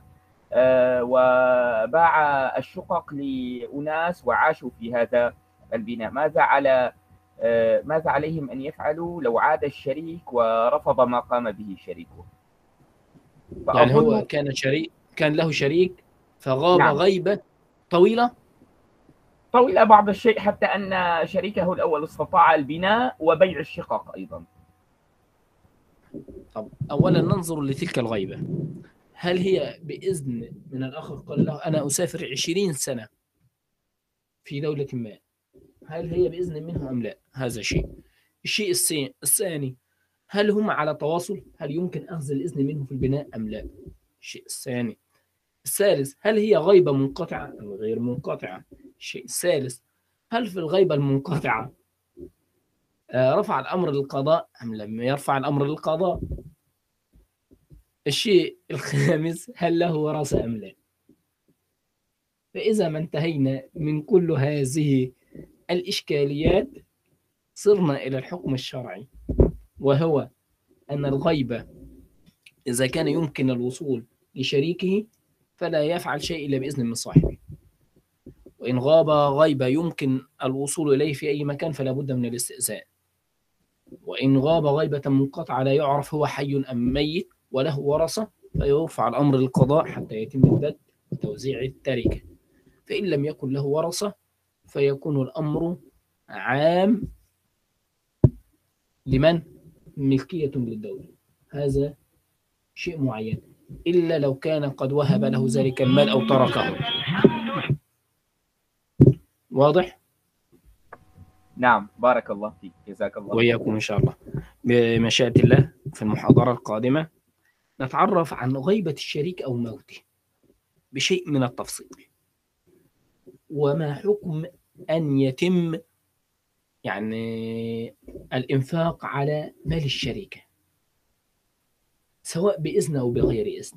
وباع الشقق لأناس وعاشوا في هذا البناء، ماذا عليهم أن يفعلوا لو عاد الشريك ورفض ما قام به شريكه؟ يعني هو كان له شريك فغاب. نعم. غيبة طويلة بعض الشيء حتى أن شريكه الأول استطاع البناء وبيع الشقق أيضا. طب أولا ننظر لتلك الغيبة، هل هي بإذن من الآخر؟ قال له أنا أسافر 20 سنة في دولة ما، هل هي بإذن منه أم لا؟ هذا شيء. الشيء الثاني، هل هم على تواصل؟ هل يمكن أخذ الإذن منه في البناء أم لا؟ الشيء الثاني. الثالث، هل هي غيبة منقطعة أم غير منقطعة؟ الشيء الثالث، هل في الغيبة المنقطعة رفع الأمر للقضاء أم لم يرفع الأمر للقضاء؟ الشيء الخامس، هل له ورثة أم لا؟ فإذا ما انتهينا من كل هذه الإشكاليات صرنا إلى الحكم الشرعي، وهو أن الغيبة إذا كان يمكن الوصول لشريكه فلا يفعل شيء إلا بإذن من صاحبه، وإن غاب غيبة يمكن الوصول إليه في أي مكان فلا بد من الاستئذان، وإن غاب غيبة منقطعة لا يعرف هو حي أم ميت وله ورثة فيرفع الأمر للقضاء حتى يتم البدء وتوزيع التركة، فإن لم يكن له ورثة فيكون الأمر عام لمن؟ ملكية للدولة. هذا شيء معين، إلا لو كان قد وهب له ذلك المال أو تركه. واضح؟ نعم، بارك الله فيك، جزاك الله خير. وإياكم إن شاء الله. بمشيئة الله في المحاضرة القادمة نتعرف عن غيبة الشريك أو موته بشيء من التفصيل، وما حكم أن يتم يعني الإنفاق على مال الشركة سواء بإذن أو بغير إذن.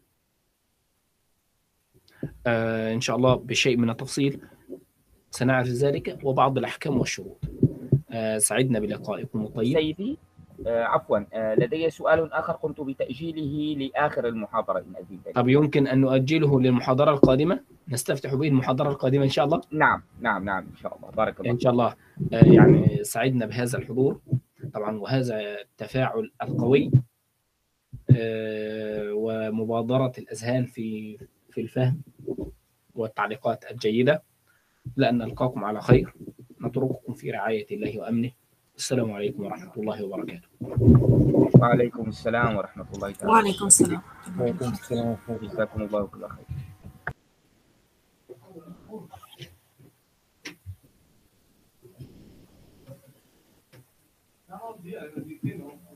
إن شاء الله بشيء من التفصيل سنعرف ذلك وبعض الأحكام والشروط. سعدنا بلقائكم الطيب. سيدي عفوا، لدي سؤال آخر قمت بتأجيله لآخر المحاضرة إن أذن لي. طب يمكن أن نؤجله للمحاضرة القادمة، نستفتح به المحاضرة القادمة إن شاء الله. نعم نعم نعم إن شاء الله، بارك الله إن شاء الله. يعني سعدنا بهذا الحضور طبعا وهذا التفاعل القوي ومبادرة الأذهان في الفهم والتعليقات الجيدة. لأن نلقاكم على خير، نترككم في رعاية الله وأمنه. السلام عليكم ورحمة الله وبركاته. وعليكم السلام ورحمة الله تعالى. وعليكم السلام. وعليكم السلام. جزاكم الله كل خير.